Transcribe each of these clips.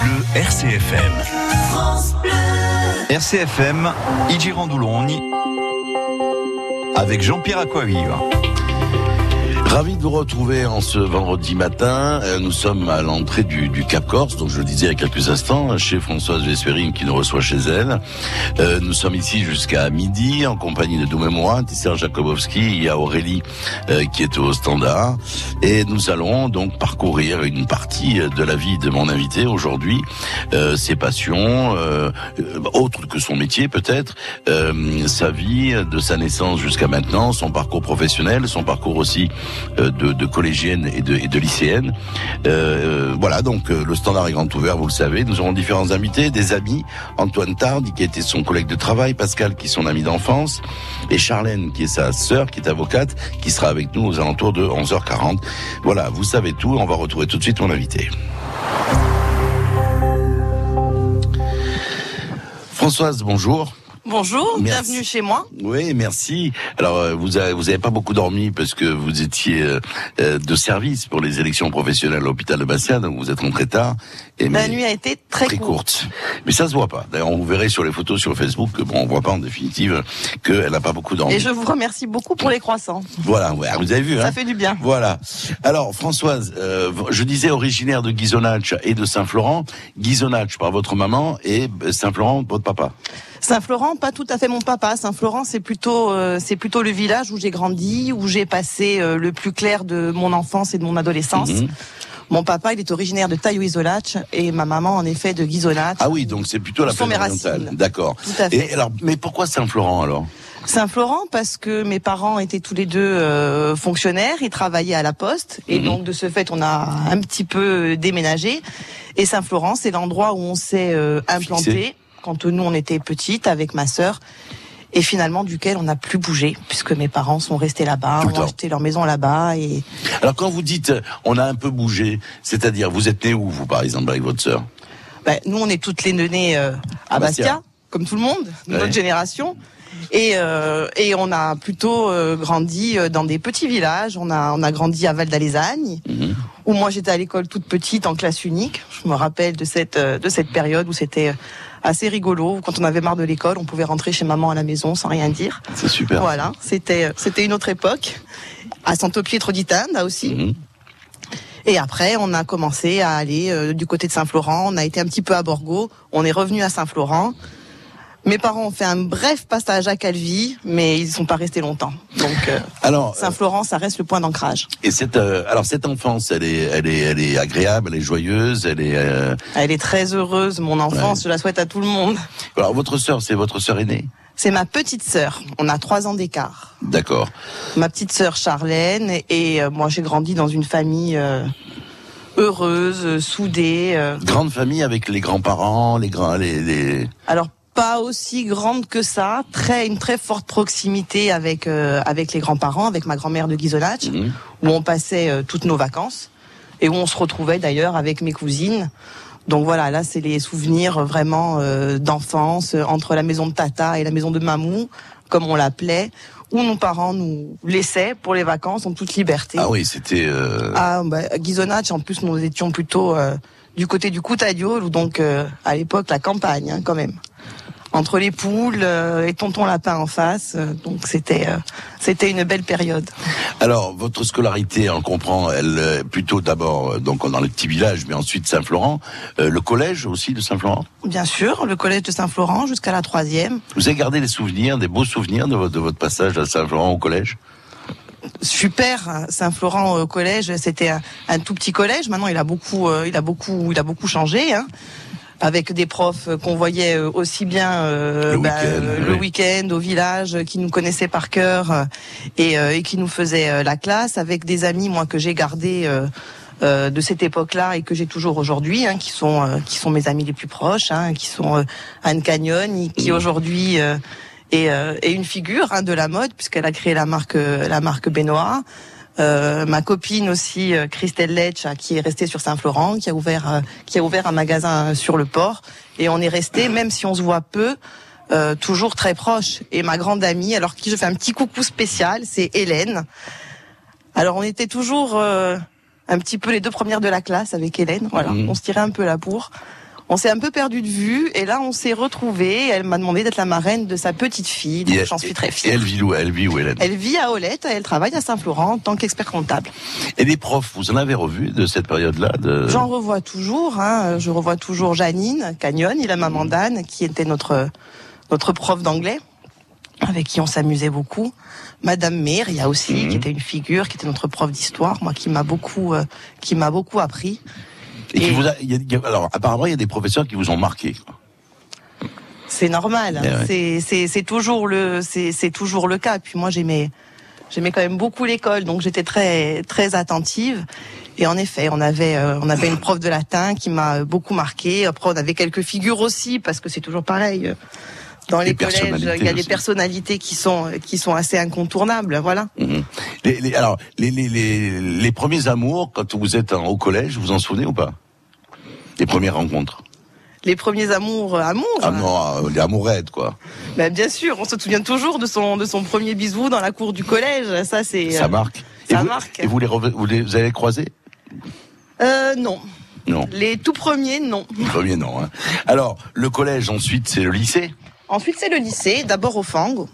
Bleu RCFM. France Bleu. RCFM, Igirandoulognes, avec Jean-Pierre Aquaviva. Ravi de vous retrouver en ce vendredi matin. Nous sommes à l'entrée du Cap Corse, donc je le disais il y a quelques instants, chez Françoise Vesperine qui nous reçoit chez elle. Nous sommes ici jusqu'à midi en compagnie de Doumé Morin, Tisser Jakobowski, il y a Aurélie qui est au standard. Et nous allons donc parcourir une partie de la vie de mon invité aujourd'hui, ses passions, autres que son métier peut-être, sa vie de sa naissance jusqu'à maintenant, son parcours professionnel, son parcours aussi de collégienne et de lycéenne. Voilà, donc le standard est grand ouvert, vous le savez. Nous aurons différents invités, des amis. Antoine Tardy, qui était son collègue de travail, Pascal, qui est son ami d'enfance, et Charlène, qui est sa sœur, qui est avocate, qui sera avec nous aux alentours de 11h40. Voilà, vous savez tout. On va retrouver tout de suite mon invité. Françoise, bonjour. Bonjour, merci. Bienvenue chez moi. Oui, merci. Alors, vous avez pas beaucoup dormi parce que vous étiez de service pour les élections professionnelles à l'hôpital de Bastia, donc vous êtes rentré tard. Et la nuit a été très courte. Mais ça se voit pas. D'ailleurs, on vous verrez sur les photos sur Facebook que on voit pas en définitive qu'elle n'a pas beaucoup dormi. Et je vous remercie beaucoup pour les croissants. Voilà, ouais, vous avez vu. Ça fait du bien. Voilà. Alors, Françoise, je disais originaire de Ghisonaccia et de Saint-Florent. Ghisonaccia par votre maman et Saint-Florent votre papa. Saint-Florent, pas tout à fait mon papa. Saint-Florent, c'est plutôt le village où j'ai grandi, où j'ai passé le plus clair de mon enfance et de mon adolescence. Mmh. Mon papa, il est originaire de Taio-Isolaccia et ma maman, en effet, de Ghisonaccia. Ah oui, donc c'est plutôt la plaine orientale. D'accord. Tout à fait. Et alors, mais pourquoi Saint-Florent alors ? Saint-Florent parce que mes parents étaient tous les deux fonctionnaires, ils travaillaient à la poste et donc de ce fait on a un petit peu déménagé. Et Saint-Florent, c'est l'endroit où on s'est implanté quand nous on était petites avec ma sœur. Et finalement, duquel on n'a plus bougé, puisque mes parents sont restés là-bas, ont acheté leur maison là-bas. Et alors, quand vous dites on a un peu bougé, c'est-à-dire vous êtes nés où, vous, par exemple, avec votre sœur ? Nous, on est toutes les nées à Bastia, comme tout le monde, notre génération. Et on a plutôt grandi dans des petits villages. On a grandi à Val d'Alesagne, où moi j'étais à l'école toute petite en classe unique. Je me rappelle de cette période où c'était assez rigolo. Quand on avait marre de l'école, on pouvait rentrer chez maman à la maison sans rien dire. C'est super. Voilà, c'était une autre époque. À Santo-Pietro di Tenda aussi. Et après, on a commencé à aller du côté de Saint-Florent. On a été un petit peu à Borgo. On est revenu à Saint-Florent. Mes parents ont fait un bref passage à Calvi, mais ils ne sont pas restés longtemps. Donc, Saint-Florent, ça reste le point d'ancrage. Et cette enfance, elle est agréable, elle est joyeuse, elle est très heureuse. Mon enfance, je la souhaite à tout le monde. Alors, votre sœur, c'est votre sœur aînée ? C'est ma petite sœur. On a 3 ans d'écart. D'accord. Ma petite sœur Charlène et moi, j'ai grandi dans une famille heureuse, soudée. Grande famille avec les grands-parents, Alors, pas aussi grande que ça, une très forte proximité avec les grands-parents, avec ma grand-mère de Ghisonaccia, où on passait toutes nos vacances et où on se retrouvait d'ailleurs avec mes cousines. Donc voilà, là c'est les souvenirs vraiment d'enfance entre la maison de Tata et la maison de Mamou, comme on l'appelait, où nos parents nous laissaient pour les vacances en toute liberté. Ah oui, c'était... Ghisonaccia, en plus nous étions plutôt du côté du Coutadio, donc à l'époque la campagne quand même. Entre les poules et tonton lapin en face, donc c'était une belle période. Alors votre scolarité, on comprend, elle plutôt d'abord donc dans les petits villages, mais ensuite Saint-Florent, le collège aussi de Saint-Florent. Bien sûr, le collège de Saint-Florent jusqu'à la 3e. Vous avez gardé des beaux souvenirs de votre passage à Saint-Florent au collège? Super, Saint-Florent au collège, c'était un tout petit collège. Maintenant, il a beaucoup changé. Avec des profs qu'on voyait aussi bien le week-end au village, qui nous connaissaient par cœur et qui nous faisaient la classe, avec des amis moi que j'ai gardés de cette époque-là et que j'ai toujours aujourd'hui, qui sont mes amis les plus proches, qui sont Anne Cagnon, qui aujourd'hui est une figure de la mode puisqu'elle a créé la marque Benoît. Ma copine aussi, Christelle Lech, qui est restée sur Saint-Florent, qui a ouvert un magasin sur le port. Et on est resté, même si on se voit peu, toujours très proches. Et ma grande amie, alors qui je fais un petit coucou spécial, c'est Hélène. Alors on était toujours un petit peu les 2 premières de la classe avec Hélène. Voilà, on se tirait un peu la bourre. On s'est un peu perdu de vue et là on s'est retrouvés. Elle m'a demandé d'être la marraine de sa petite fille, donc j'en suis très fière. Et elle vit où, Hélène ? Elle vit à Olette et elle travaille à Saint-Florent en tant qu'expert comptable. Et les profs, vous en avez revu de cette période-là J'en revois toujours. Je revois toujours Janine Cagnon, la maman d'Anne, qui était notre prof d'anglais, avec qui on s'amusait beaucoup. Madame Méria aussi, qui était une figure, qui était notre prof d'histoire, moi qui m'a beaucoup appris. Et qui vous a, alors apparemment il y a des professeurs qui vous ont marqué. C'est normal, c'est toujours le cas. Puis moi j'aimais quand même beaucoup l'école, donc j'étais très très attentive. Et en effet, on avait une prof de latin qui m'a beaucoup marqué. Après on avait quelques figures aussi, parce que c'est toujours pareil. Dans les collèges, il y a des personnalités qui sont assez incontournables, voilà. Alors, les premiers amours, quand vous êtes au collège, vous vous en souvenez ou pas ? Les premières rencontres ? Les premiers amours. Ah non, les amourettes, quoi. Ben, bien sûr, on se souvient toujours de son premier bisou dans la cour du collège. Ça, c'est. Ça marque. Ça marque. Et vous les avez croisés ? Non. Non. Les tout premiers, non. Les premiers, non. Hein. Alors, le collège, ensuite, c'est le lycée ? Ensuite, c'est le lycée, d'abord au Fang,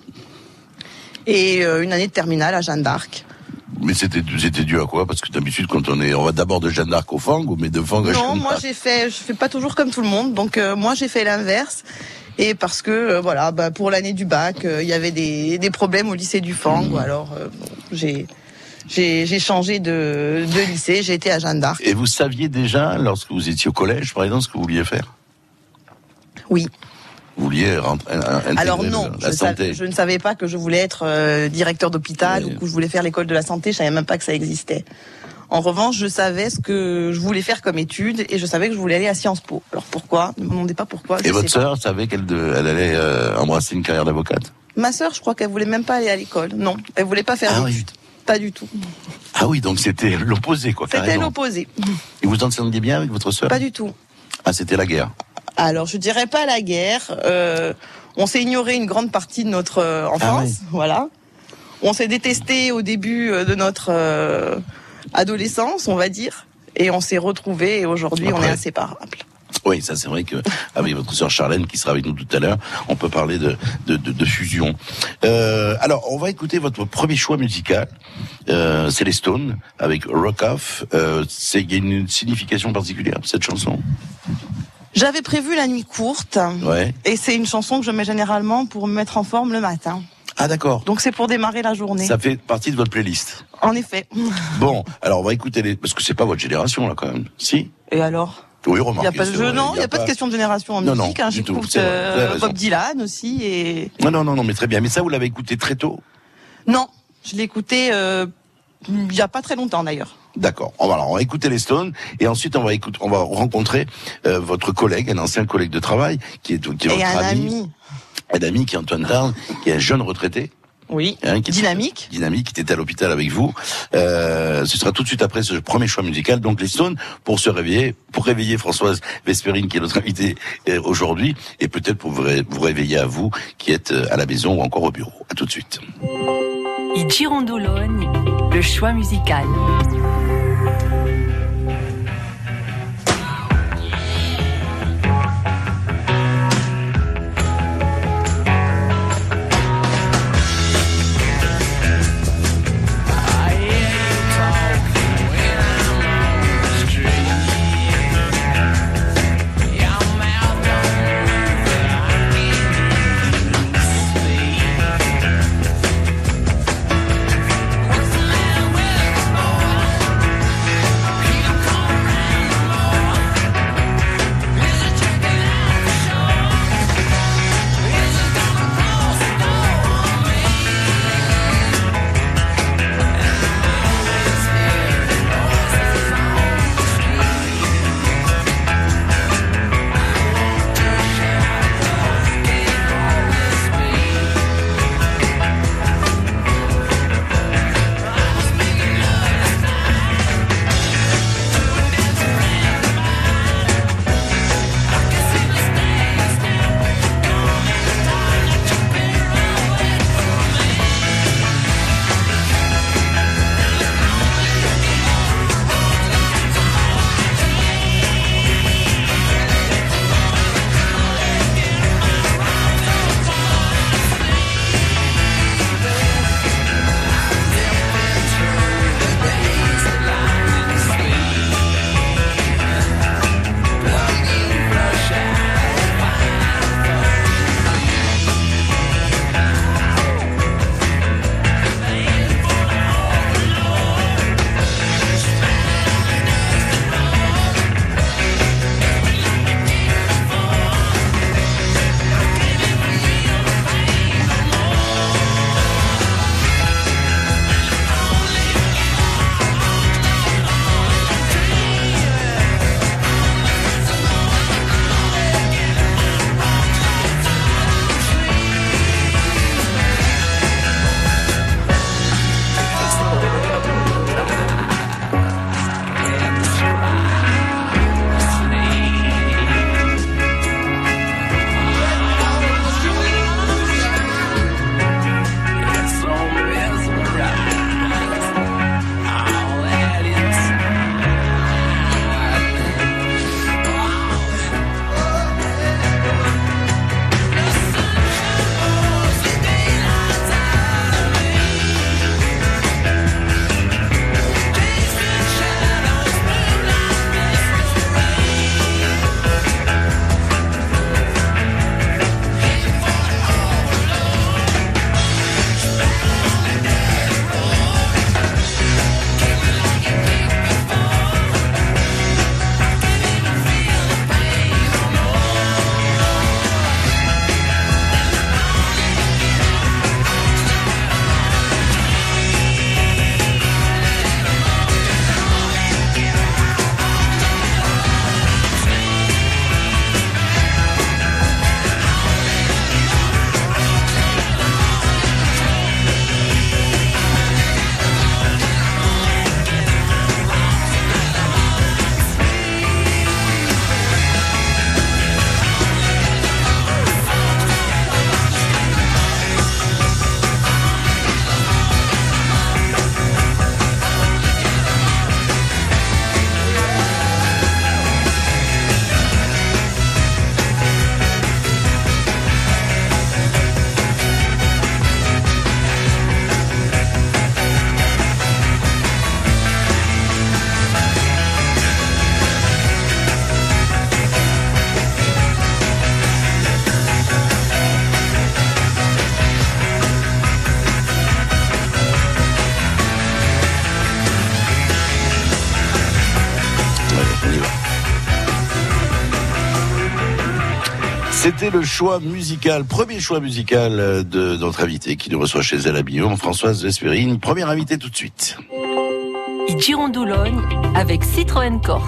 et une année de terminale à Jeanne d'Arc. Mais c'était dû à quoi ? Parce que d'habitude, quand on va d'abord de Jeanne d'Arc au Fang, ou mais de Fang à Jeanne d'Arc. Non, moi je fais pas toujours comme tout le monde, donc moi j'ai fait l'inverse. Et parce que pour l'année du bac, il y avait des problèmes au lycée du Fang, alors j'ai changé de lycée, j'ai été à Jeanne d'Arc. Et vous saviez déjà, lorsque vous étiez au collège, par exemple, ce que vous vouliez faire ? Oui. Vous vouliez intégrer Alors non, la santé. Je ne savais pas que je voulais être directeur d'hôpital ou que je voulais faire l'école de la santé, je savais même pas que ça existait. En revanche, je savais ce que je voulais faire comme études et je savais que je voulais aller à Sciences Po. Alors pourquoi ? Ne me demandez pas pourquoi. Et votre sœur savait qu'elle allait embrasser une carrière d'avocate ? Ma sœur, je crois qu'elle voulait même pas aller à l'école. Non, elle voulait pas faire d'études. Oui. Pas du tout. Ah oui, donc c'était l'opposé, quoi. C'était l'opposé. Et vous entendiez bien avec votre sœur ? Pas du tout. Ah, c'était la guerre. Alors, je dirais pas la guerre. On s'est ignoré une grande partie de notre enfance, voilà. On s'est détesté au début de notre adolescence, on va dire, et on s'est retrouvés. Et aujourd'hui, on est inséparables. Oui, ça c'est vrai que avec votre sœur Charlène qui sera avec nous tout à l'heure, on peut parler de fusion. Alors, on va écouter votre premier choix musical. C'est les Stones avec Rock Off. Il y a une signification particulière cette chanson ? J'avais prévu La nuit courte, et c'est une chanson que je mets généralement pour me mettre en forme le matin. Ah d'accord. Donc c'est pour démarrer la journée. Ça fait partie de votre playlist. En effet. Bon, alors on va écouter parce que c'est pas votre génération là quand même. Si ? Et alors ? Oui, remarquez. Il n'y a pas de question de génération en musique. Non, j'écoute Bob Dylan aussi et. Non, mais très bien. Mais ça, vous l'avez écouté très tôt ? Non, je l'ai écouté il y a pas très longtemps d'ailleurs. D'accord. On va écouter les Stones et ensuite on va rencontrer votre collègue, un ancien collègue de travail qui est votre ami. Un ami qui est Antoine Tarn, qui est un jeune retraité. Oui. Dynamique, qui était à l'hôpital avec vous. Ce sera tout de suite après ce premier choix musical. Donc les Stones pour réveiller Françoise Vespérine qui est notre invitée aujourd'hui et peut-être pour vous réveiller à vous qui êtes à la maison ou encore au bureau. À tout de suite. I Girondoloni, le choix musical. C'était le choix musical, premier choix musical de notre invitée qui nous reçoit chez elle à Billon, Françoise Vespérine. Première invitée tout de suite. Girondoulogne avec Citroën Corse.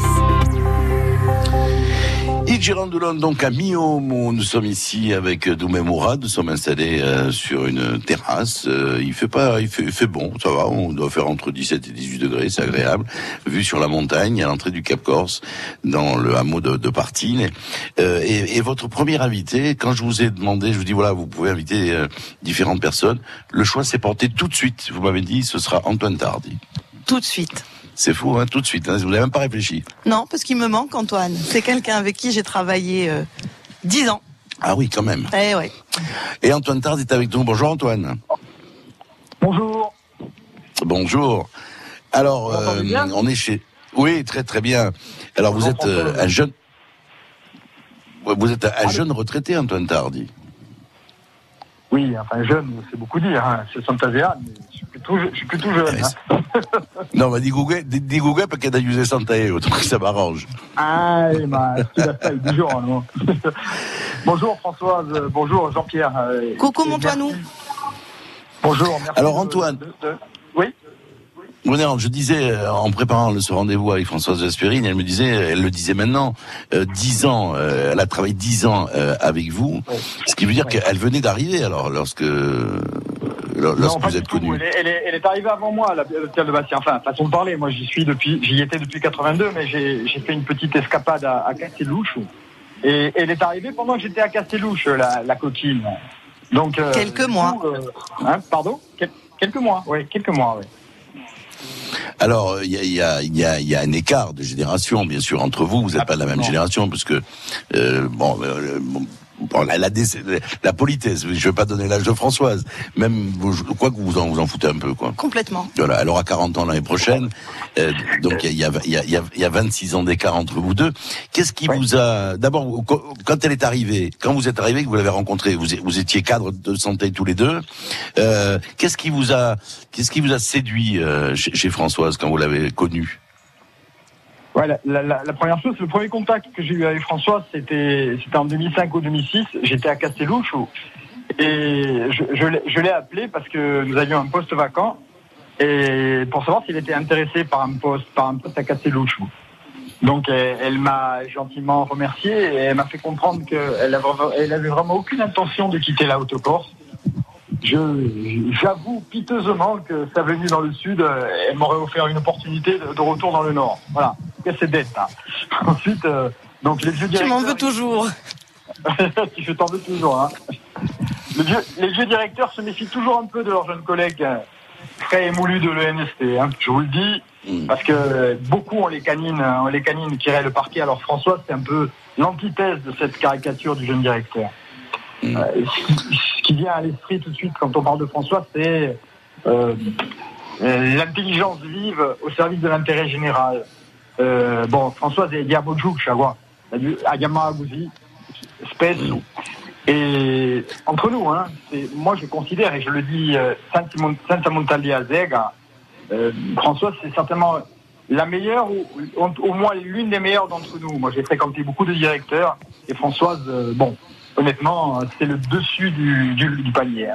Girondoulogne, donc à Miaume, où nous sommes ici avec Doumé Mourad. Nous sommes installés sur une terrasse. Il fait bon, ça va. On doit faire entre 17 et 18 degrés, c'est agréable. Vue sur la montagne, à l'entrée du Cap Corse, dans le hameau de Partine. Et votre premier invité, quand je vous ai demandé, je vous dis voilà, vous pouvez inviter différentes personnes. Le choix s'est porté tout de suite. Vous m'avez dit, ce sera Antoine Tardy. Tout de suite. C'est fou, hein, tout de suite. Hein, vous n'avez même pas réfléchi. Non, parce qu'il me manque, Antoine. C'est quelqu'un avec qui j'ai travaillé 10 ans. Ah oui, quand même. Eh ouais. Et Antoine Tardy est avec nous. Bonjour Antoine. Bonjour. Bonjour. Alors, on est chez... Oui, très très bien. Alors, vous êtes un jeune... Vous êtes un jeune retraité, Antoine Tardy. Oui, enfin jeune, c'est beaucoup dire. Hein. C'est Sant'Adéane, mais je suis plutôt jeune. Hein. Non, ma di Google perché da usare 100 euro, donc ça m'arrange. Ah, ma c'est du jour, non. Bonjour Françoise, bonjour Jean-Pierre. Coucou mon Toinou. Bonjour, merci. Alors Antoine. Oui. Oui, non, je disais, en préparant ce rendez-vous avec Françoise Vespérine, elle le disait maintenant, 10 ans, elle a travaillé 10 ans avec vous, ce qui veut dire qu'elle venait d'arriver, alors, lorsque vous êtes connu. Elle est arrivée avant moi à l'hôpital de Bastia, enfin, façon de parler, moi j'y étais depuis 82, mais j'ai fait une petite escapade à Castellouche, et elle est arrivée pendant que j'étais à Castellouche, la coquine. Donc, quelques mois. Pardon? Quelques mois, oui. Alors, il y a un écart de génération, bien sûr, entre vous. Vous n'êtes pas de la même génération, parce que la politesse. Je ne vais pas donner l'âge de Françoise. Même, quoi que vous en foutez un peu, quoi. Complètement. Voilà, elle aura 40 ans l'année prochaine. Donc, il y a 26 ans d'écart entre vous deux. Qu'est-ce qui vous a... D'abord, quand vous êtes arrivé, que vous l'avez rencontrée, vous étiez cadre de santé tous les deux. Qu'est-ce qui vous a séduit chez Françoise quand vous l'avez connue? Ouais, la première chose, le premier contact que j'ai eu avec Françoise, c'était en 2005 ou 2006. J'étais à Castellouche et je l'ai appelé parce que nous avions un poste vacant et pour savoir s'il était intéressé par un poste à Castellouche. Donc elle m'a gentiment remercié et elle m'a fait comprendre qu'elle avait vraiment aucune intention de quitter la Haute-Corse. J'avoue piteusement que sa venue dans le sud, elle m'aurait offert une opportunité de retour dans le nord. Voilà, c'est bête. Hein. Ensuite, donc les vieux directeurs... Tu m'en veux toujours. Je t'en veux toujours. Hein. Les vieux directeurs se méfient toujours un peu de leurs jeunes collègues très émoulus de l'ENST. Hein. Je vous le dis, parce que beaucoup on les canine tiraient le parquet. Alors François, c'est un peu l'antithèse de cette caricature du jeune directeur. Ce qui vient à l'esprit tout de suite quand on parle de François, c'est l'intelligence vive au service de l'intérêt général. François è diabolo chawa, Ayama Agouzi, spesso. Et entre nous, hein, moi je considère, et je le dis, Santa Montalia Zega, François c'est certainement la meilleure, ou au moins l'une des meilleures d'entre nous. Moi j'ai fréquenté beaucoup de directeurs, et Françoise, honnêtement, c'est le dessus du panier.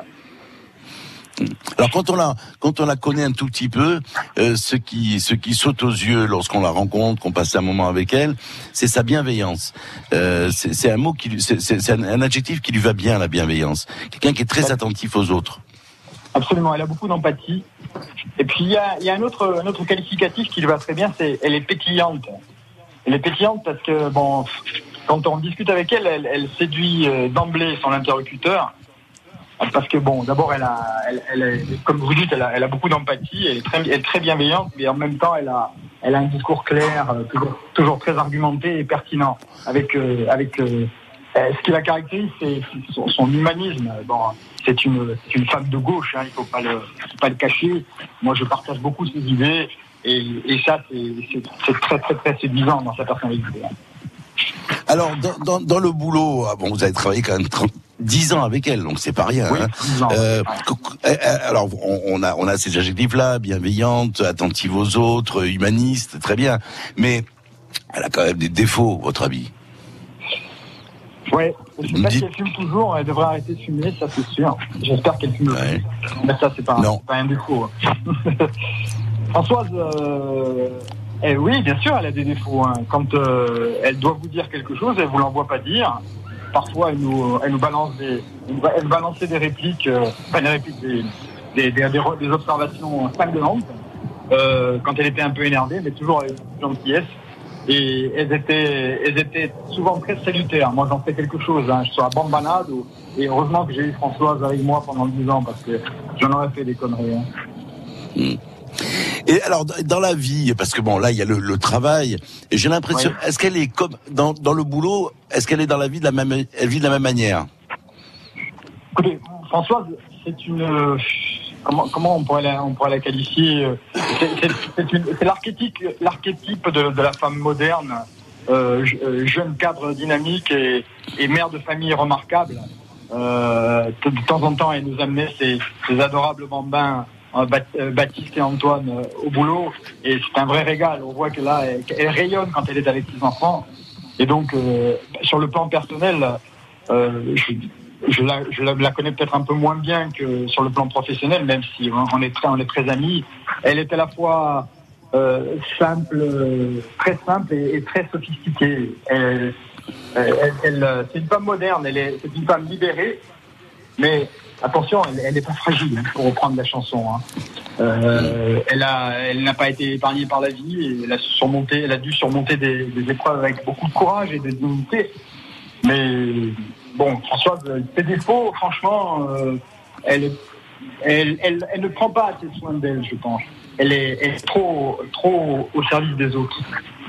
Alors quand on la connaît un tout petit peu, ce qui saute aux yeux lorsqu'on la rencontre, qu'on passe un moment avec elle, c'est sa bienveillance. C'est un mot c'est un adjectif qui lui va bien, la bienveillance. Quelqu'un qui est très attentif aux autres. Absolument, elle a beaucoup d'empathie. Et puis il y a un autre qualificatif qui lui va très bien, c'est elle est pétillante. Elle est pétillante parce que quand on discute avec elle, elle séduit d'emblée son interlocuteur. Parce que d'abord elle comme vous dites, elle a beaucoup d'empathie, elle est très bienveillante, mais en même temps elle a un discours clair, toujours très argumenté et pertinent. Avec ce qui la caractérise, c'est son humanisme. C'est une femme de gauche, hein, il faut pas le cacher. Moi je partage beaucoup ses idées et ça c'est très très très séduisant dans sa personnalité. Alors, dans le boulot, vous avez travaillé quand même 10 ans avec elle, donc c'est pas rien. Oui, 10 ans. Alors, on a ces adjectifs-là, bienveillante, attentive aux autres, humaniste, très bien. Mais elle a quand même des défauts, votre avis? Ouais, je sais pas si elle fume toujours, elle devrait arrêter de fumer, ça c'est sûr. J'espère qu'elle fume. Ouais. Mais ça c'est pas un défaut. Françoise, oui, bien sûr, elle a des défauts. Hein. Quand elle doit vous dire quelque chose, elle vous l'envoie pas dire. Parfois, elle nous balance elle balançait des répliques, des observations cinglantes quand elle était un peu énervée, mais toujours avec gentillesse. Et elles étaient souvent très salutaires. Moi, j'en fais quelque chose. Hein. Je suis à bambanade. Et heureusement que j'ai eu Françoise avec moi pendant 10 ans parce que j'en aurais fait des conneries. Hein. Et alors, dans la vie, parce que bon, là, il y a le travail. Et j'ai l'impression, est-ce qu'elle est comme dans le boulot, est-ce qu'elle est dans la vie elle vit de la même manière? Écoutez, Françoise, c'est une... Comment on pourrait la qualifier? C'est l'archétype de la femme moderne, jeune cadre dynamique et mère de famille remarquable. De temps en temps, elle nous amenait ses adorables bambins, Baptiste et Antoine, au boulot, et c'est un vrai régal. On voit que là, elle rayonne quand elle est avec ses enfants. Et donc, sur le plan personnel, je la connais peut-être un peu moins bien que sur le plan professionnel, même si on est très amis. Elle est à la fois très simple et très sophistiquée. C'est une femme moderne, c'est une femme libérée, mais attention, elle n'est pas fragile, hein, pour reprendre la chanson. Hein. Elle n'a pas été épargnée par la vie, et elle a dû surmonter des épreuves avec beaucoup de courage et de dignité. Mais bon, Françoise, ses défauts, franchement, elle ne prend pas assez soin d'elle, je pense. Elle est trop au service des autres.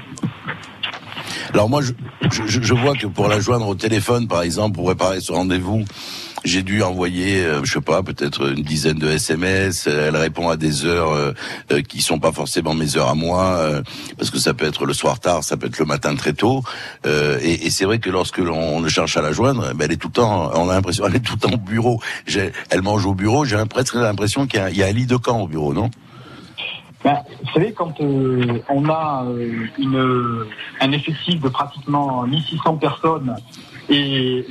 Alors moi, je vois que pour la joindre au téléphone, par exemple, pour préparer ce rendez-vous, j'ai dû envoyer, je sais pas, peut-être une dizaine de SMS. Elle répond à des heures qui sont pas forcément mes heures à moi, parce que ça peut être le soir tard, ça peut être le matin très tôt. Et c'est vrai que lorsque l'on cherche à la joindre, elle est tout le temps, on a l'impression, elle est tout le temps au bureau. Elle mange au bureau. J'ai presque l'impression qu'il y a un lit de camp au bureau, non? Vous savez, quand on a un effectif de pratiquement 1600 personnes et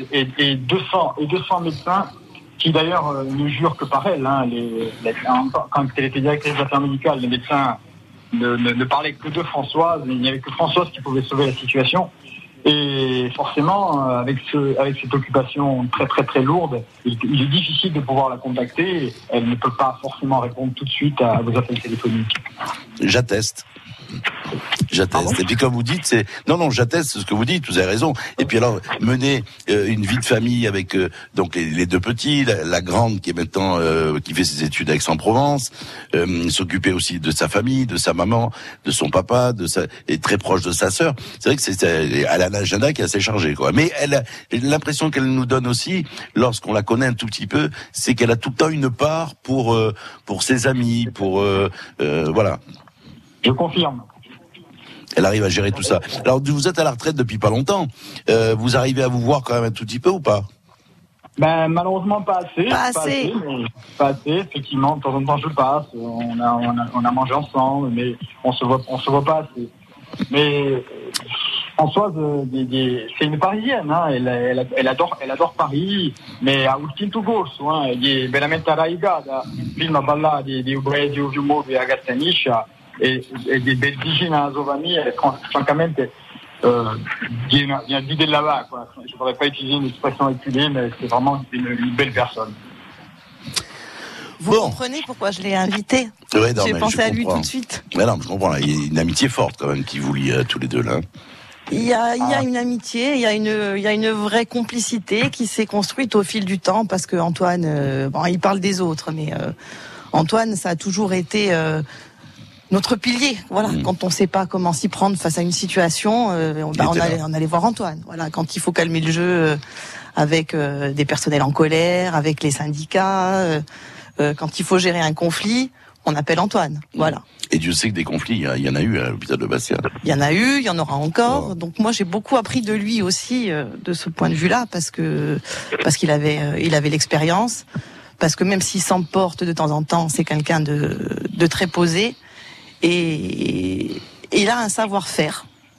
200 médecins qui d'ailleurs ne jurent que par elle, hein, quand elle était directrice d'affaires médicales, les médecins ne parlaient que de Françoise, il n'y avait que Françoise qui pouvait sauver la situation. Et forcément, avec cette occupation très très très lourde, il est difficile de pouvoir la contacter. Elle ne peut pas forcément répondre tout de suite à vos appels téléphoniques. J'atteste. Et puis comme vous dites, non, j'atteste ce que vous dites, vous avez raison. Et puis alors, mener une vie de famille avec donc les deux petits, la grande qui est maintenant qui fait ses études à Aix-en-Provence, s'occuper aussi de sa famille, de sa maman, de son papa, et très proche de sa sœur. C'est vrai que elle a un agenda qui est assez chargé, quoi. Mais l'impression qu'elle nous donne aussi, lorsqu'on la connaît un tout petit peu, c'est qu'elle a tout le temps une part pour ses amis, voilà. Je confirme. Elle arrive à gérer tout ça. Alors, vous êtes à la retraite depuis pas longtemps. Vous arrivez à vous voir quand même un tout petit peu ou pas? Malheureusement pas assez. Pas assez, effectivement. De temps en temps, je passe. On a mangé ensemble, mais on se voit pas assez. Mais Françoise, c'est une Parisienne, hein. Elle adore Paris, mais a ultimo gosto, hein. È veramente arraigata fino a ballare di ubriachi di Uviumovi a Gastaniscia e di Belgicina a Zovamia, francamente viene di là-bas, quoi. Je ne pourrais pas utiliser une expression acculée, mais c'est vraiment une belle personne. Vous comprenez pourquoi je l'ai invité? Ouais, non, j'ai pensé à lui tout de suite. Mais non, je comprends. Il y a une amitié forte quand même qui vous lie tous les deux là. Il y a une amitié, il y a une vraie complicité qui s'est construite au fil du temps, parce que Antoine, il parle des autres, mais Antoine, ça a toujours été notre pilier. Voilà, quand on sait pas comment s'y prendre face à une situation, on allait voir Antoine. Voilà, quand il faut calmer le jeu avec des personnels en colère, avec les syndicats, quand il faut gérer un conflit, on appelle Antoine. Voilà. Et Dieu sait que des conflits, il y en a eu à l'hôpital de Bastia. Il y en a eu, il y en aura encore. Donc moi, j'ai beaucoup appris de lui aussi, de ce point de vue-là, parce qu'il avait l'expérience, parce que même s'il s'emporte de temps en temps, c'est quelqu'un de très posé, et il a un savoir-faire.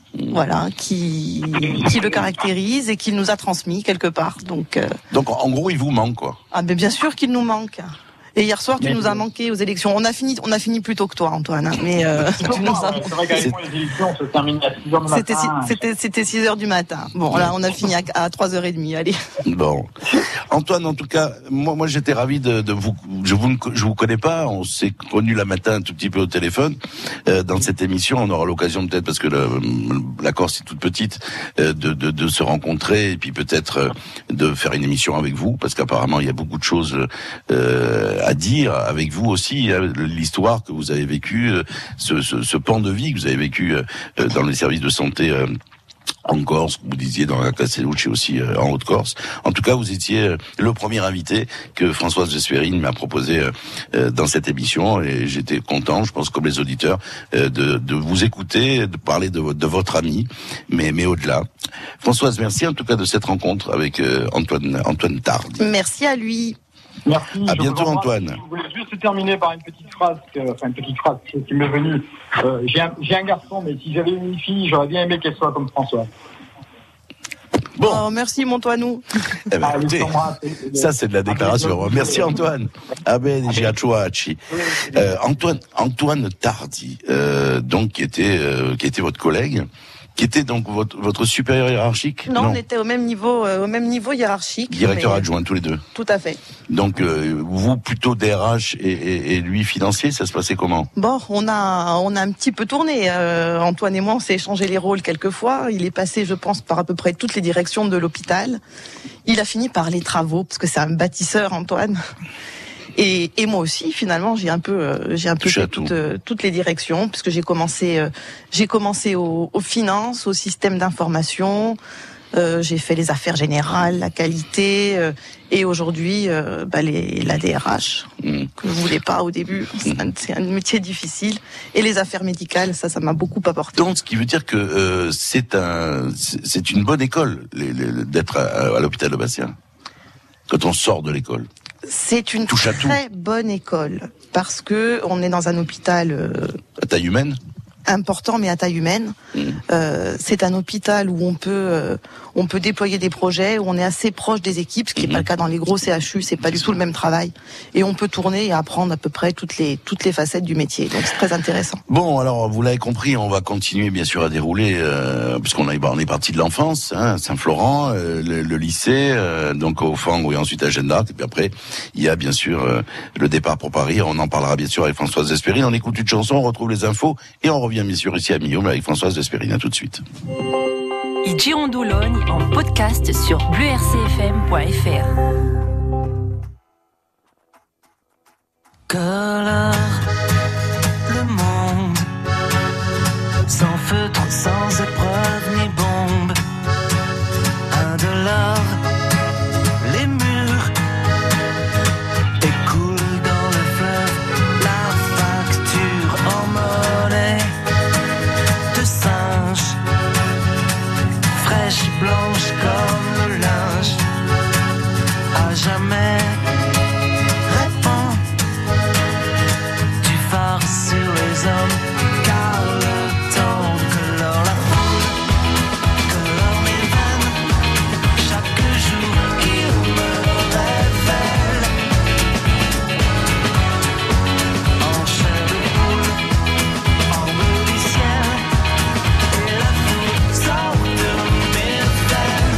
Voilà, qui le caractérise et qui nous a transmis quelque part. Donc en gros, il vous manque, quoi. Ah, mais bien sûr qu'il nous manque. Et hier soir, tu nous as manqué aux élections. On a fini plus tôt que toi, Antoine. Hein, mais tu nous as... C'est vrai qu'avec moi, les élections se terminent à 6h du matin. C'était 6h du matin. Bon, là, on a fini à 3h30. Allez. Bon. Antoine, en tout cas, moi j'étais ravi de vous. Je vous connais pas. On s'est connus la matin un tout petit peu au téléphone. Dans cette émission, on aura l'occasion peut-être, parce que la Corse est toute petite, de se rencontrer et puis peut-être de faire une émission avec vous, parce qu'apparemment il y a beaucoup de choses à dire avec vous aussi, l'histoire que vous avez vécue, ce pan de vie que vous avez vécu dans les services de santé en Corse, vous disiez dans la Castellucci aussi en Haute-Corse. En tout cas, vous étiez le premier invité que Françoise Vesperine m'a proposé dans cette émission, et j'étais content, je pense comme les auditeurs, de vous écouter, de parler de votre ami, mais au-delà. Françoise, merci en tout cas de cette rencontre avec Antoine Tardy. Merci à lui. Merci. À bientôt, Antoine. Je voulais juste terminer par une petite phrase qui m'est venue. J'ai un garçon, mais si j'avais une fille, j'aurais bien aimé qu'elle soit comme François. Bon. Oh, merci, mon Toinou. Eh ben, écoutez, ça c'est de la déclaration. Merci, Antoine. Antoine Tardy, donc qui était votre collègue. Qui était donc votre supérieur hiérarchique? Non, on était au même niveau hiérarchique. Directeur adjoint, tous les deux. Tout à fait. Donc, vous plutôt DRH et lui financier, ça se passait comment? Bon, on a un petit peu tourné. Antoine et moi, on s'est échangé les rôles quelques fois. Il est passé, je pense, par à peu près toutes les directions de l'hôpital. Il a fini par les travaux, parce que c'est un bâtisseur, Antoine. Et moi aussi, finalement, j'ai un peu fait toutes les directions, puisque j'ai commencé aux finances, au système d'information, j'ai fait les affaires générales, la qualité, et aujourd'hui, la DRH, que je voulais pas au début. C'est un métier difficile. Et les affaires médicales, ça m'a beaucoup apporté. Donc, ce qui veut dire que c'est une bonne école d'être à l'hôpital de Bastia, quand on sort de l'école. C'est une très bonne école, parce que on est dans un hôpital à taille humaine, important, mais à taille humaine. C'est un hôpital où on peut déployer des projets, où on est assez proche des équipes, ce qui n'est pas le cas dans les gros CHU, c'est pas du tout le même travail. Et on peut tourner et apprendre à peu près toutes les facettes du métier. Donc c'est très intéressant. Bon, alors vous l'avez compris, on va continuer bien sûr à dérouler, puisqu'on est parti de l'enfance, hein, Saint-Florent, le lycée, donc au Fang et ensuite à Jeanne d'Arc. Et puis après, il y a bien sûr le départ pour Paris. On en parlera bien sûr avec Françoise Vesperine. On écoute une chanson, on retrouve les infos et on revient bien sûr ici à Millau avec Françoise Vesperine. À tout de suite. Il Girondoulogne en podcast sur bleurcfm.fr. Colore le monde, sans feutre, sans épreuve ni bombe, indolore, les murs écoulent dans le fleuve, la facture en monnaie de singe, fraîche blanche comme le linge, à jamais. Sur les hommes, car le temps colore la foule, colore mes veines, chaque jour il me révèle, en chair de poule, en bleu du ciel, et la foule sort de mes veines.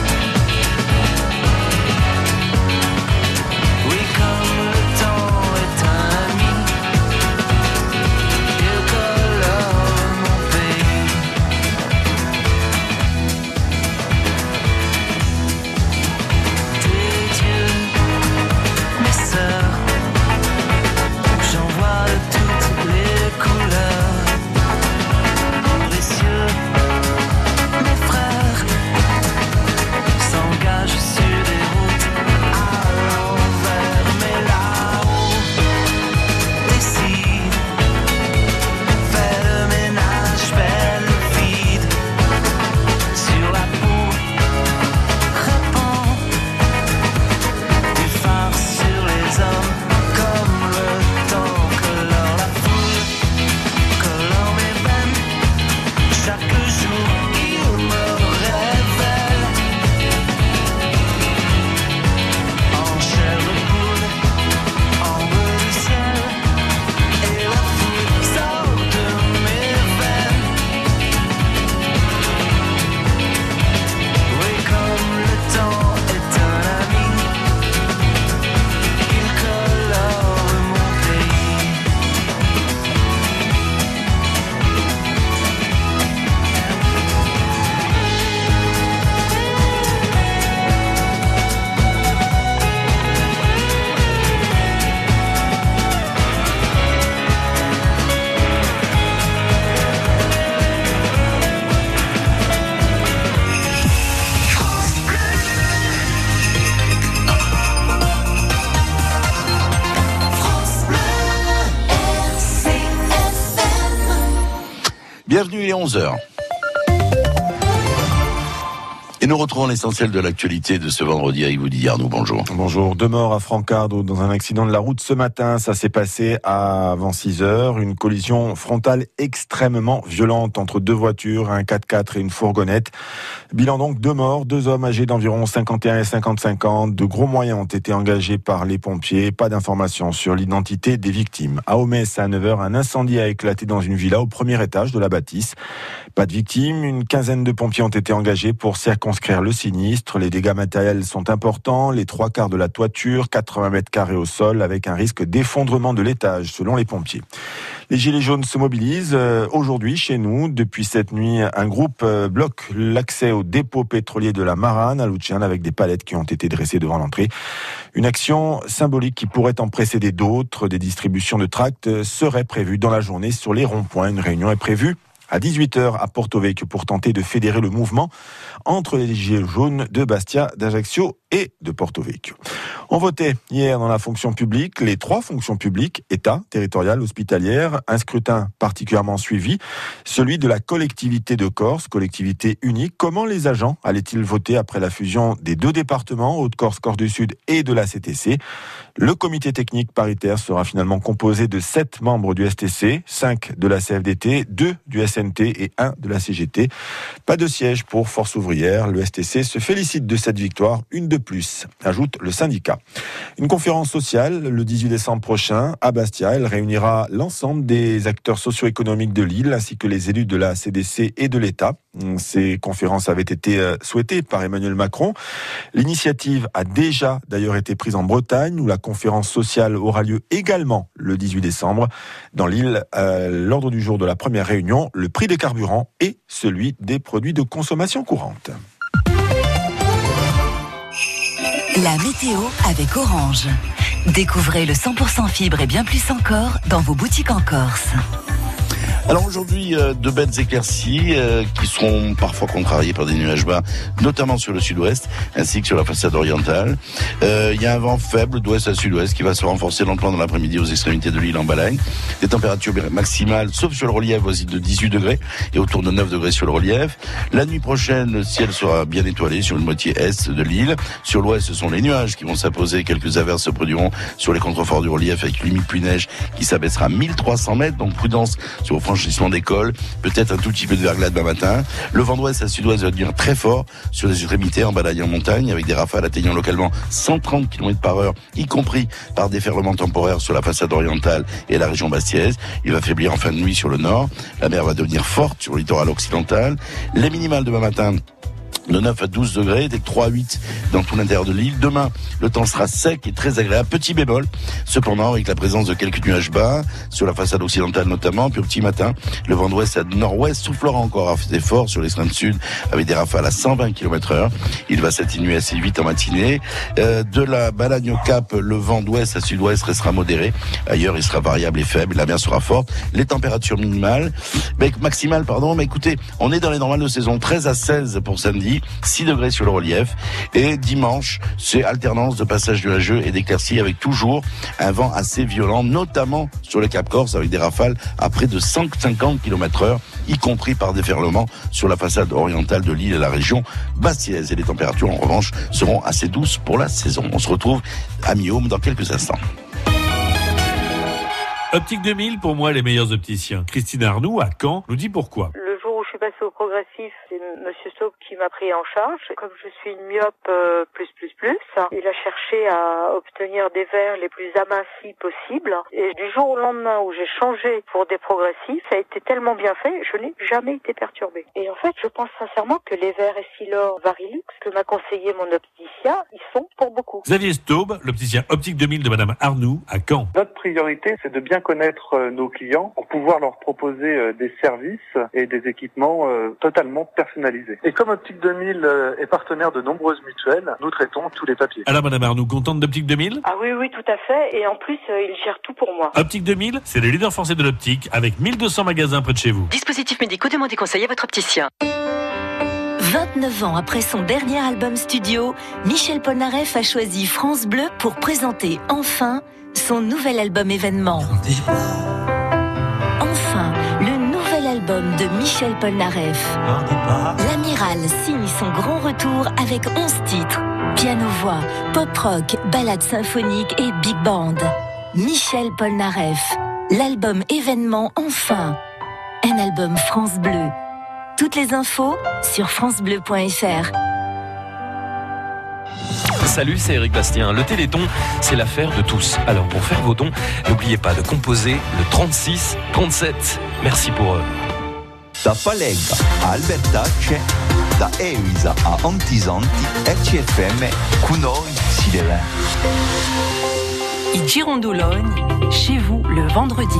Bienvenue, il est 11h. Et nous retrouvons l'essentiel de l'actualité de ce vendredi avec vous, Didier Arnaud. Bonjour. Bonjour. 2 morts à Francado dans un accident de la route ce matin. Ça s'est passé avant 6h. Une collision frontale extrêmement violente entre 2 voitures, un 4x4 et une fourgonnette. Bilan donc 2 morts, 2 hommes âgés d'environ 51 et 55 ans. De gros moyens ont été engagés par les pompiers. Pas d'informations sur l'identité des victimes. À Aumès, à 9h, un incendie a éclaté dans une villa au premier étage de la bâtisse. Pas de victimes. Une quinzaine de pompiers ont été engagés pour circonscrire le sinistre. Les dégâts matériels sont importants. Les 3/4 de la toiture, 80 mètres carrés au sol, avec un risque d'effondrement de l'étage, selon les pompiers. Les Gilets jaunes se mobilisent aujourd'hui chez nous. Depuis cette nuit, un groupe bloque l'accès au dépôt pétrolier de la Marane à Loutchian avec des palettes qui ont été dressées devant l'entrée. Une action symbolique qui pourrait en précéder d'autres. Des distributions de tracts seraient prévues dans la journée sur les ronds-points. Une réunion est prévue à 18h à Porto Vecchio pour tenter de fédérer le mouvement entre les Gilets jaunes de Bastia, d'Ajaccio et de Porto Vecchio. On votait hier dans la fonction publique, les 3 fonctions publiques, État, territoriale, hospitalière, un scrutin particulièrement suivi, celui de la collectivité de Corse, collectivité unique. Comment les agents allaient-ils voter après la fusion des 2 départements, Haute-Corse, Corse du Sud et de la CTC? Le comité technique paritaire sera finalement composé de 7 membres du STC, 5 de la CFDT, 2 du SNT et 1 de la CGT. Pas de siège pour Force ouvrière. Le STC se félicite de cette victoire, une de plus, ajoute le syndicat. Une conférence sociale le 18 décembre prochain à Bastia. Elle réunira l'ensemble des acteurs socio-économiques de l'île ainsi que les élus de la CDC et de l'État. Ces conférences avaient été souhaitées par Emmanuel Macron. L'initiative a déjà d'ailleurs été prise en Bretagne où la conférence sociale aura lieu également le 18 décembre. Dans l'île, l'ordre du jour de la première réunion, le prix des carburants et celui des produits de consommation courante. La météo avec Orange. Découvrez le 100% fibre et bien plus encore dans vos boutiques en Corse. Alors aujourd'hui, de belles éclaircies qui seront parfois contrariées par des nuages bas, notamment sur le sud-ouest, ainsi que sur la façade orientale. Il y a un vent faible d'ouest à sud-ouest qui va se renforcer lentement dans l'après-midi aux extrémités de l'île en Balagne. Des températures maximales, sauf sur le relief, voisines de 18 degrés et autour de 9 degrés sur le relief. La nuit prochaine, le ciel sera bien étoilé sur une moitié est de l'île. Sur l'ouest, ce sont les nuages qui vont s'apposer. Quelques averses se produiront sur les contreforts du relief avec limite pluie-neige qui s'abaissera à 1300 mètres. Donc prudence sur franchissement des cols, peut-être un tout petit peu de verglas demain matin. Le vent d'ouest à sud-ouest va devenir très fort sur les extrémités en Balagne en montagne, avec des rafales atteignant localement 130 km par heure, y compris par déferlement temporaire sur la façade orientale et la région bastiaise. Il va faiblir en fin de nuit sur le nord. La mer va devenir forte sur le littoral occidental. Les minimales demain matin, de 9 à 12 degrés, des 3 à 8 dans tout l'intérieur de l'île. Demain, le temps sera sec et très agréable. Petit bémol, cependant, avec la présence de quelques nuages bas, sur la façade occidentale notamment. Puis au petit matin, le vent d'ouest à nord-ouest soufflera encore assez fort sur l'extrême sud, avec des rafales à 120 km/h. Il va s'atténuer assez vite en matinée. De la Balagne au Cap, le vent d'ouest à sud-ouest restera modéré. Ailleurs, il sera variable et faible. La mer sera forte. Les températures maximales, mais écoutez, on est dans les normales de saison. 13 à 16 pour samedi. 6 degrés sur le relief. Et dimanche, c'est alternance de passages nuageux et d'éclaircies avec toujours un vent assez violent, notamment sur le Cap Corse avec des rafales à près de 150 km/h, y compris par déferlement sur la façade orientale de l'île et la région bastiaise. Et les températures, en revanche, seront assez douces pour la saison. On se retrouve à mi-Aume dans quelques instants. Optique 2000, pour moi, les meilleurs opticiens. Christine Arnoux, à Caen, nous dit pourquoi. Le jour où je suis passée au progressif, c'est Monsieur Saupe qui m'a pris en charge. Comme je suis une myope plus, il a cherché à obtenir des verres les plus amincis possibles. Et du jour au lendemain où j'ai changé pour des progressifs, ça a été tellement bien fait, je n'ai jamais été perturbée. Et en fait, je pense sincèrement que les verres Essilor Varilux que m'a conseillé mon opticien, ils sont pour beaucoup. Xavier Staub, l'opticien Optique 2000 de Madame Arnoux, à Caen. Notre priorité, c'est de bien connaître nos clients pour pouvoir leur proposer des services et des équipements totalement personnalisés. Et comme Optique 2000 est partenaire de nombreuses mutuelles, nous traitons tous les papiers. Alors Madame Arnoux, contente d'Optique 2000 ? Ah oui, tout à fait. Et en plus, il gère tout pour moi. Optique 2000, c'est le leader français de l'optique avec 1200 magasins près de chez vous. Dispositifs médicaux, demandez conseil à votre opticien. 29 ans après son dernier album studio, Michel Polnareff a choisi France Bleu pour présenter enfin son nouvel album événement. Enfin, le nouvel album de Michel Polnareff. L'Amiral signe son grand retour avec 11 titres. Piano-voix, pop-rock, ballades symphoniques et big band. Michel Polnareff, l'album événement enfin. Un album France Bleu. Toutes les infos sur francebleu.fr. Salut, c'est Eric Bastien. Le Téléthon, c'est l'affaire de tous. Alors pour faire vos dons, n'oubliez pas de composer le 36 37. Merci pour eux. Da Palegga a Albertacce, da Evisa a Antisanti, RCFM, con noi si deve. I Girondoulogne, chez vous le vendredi.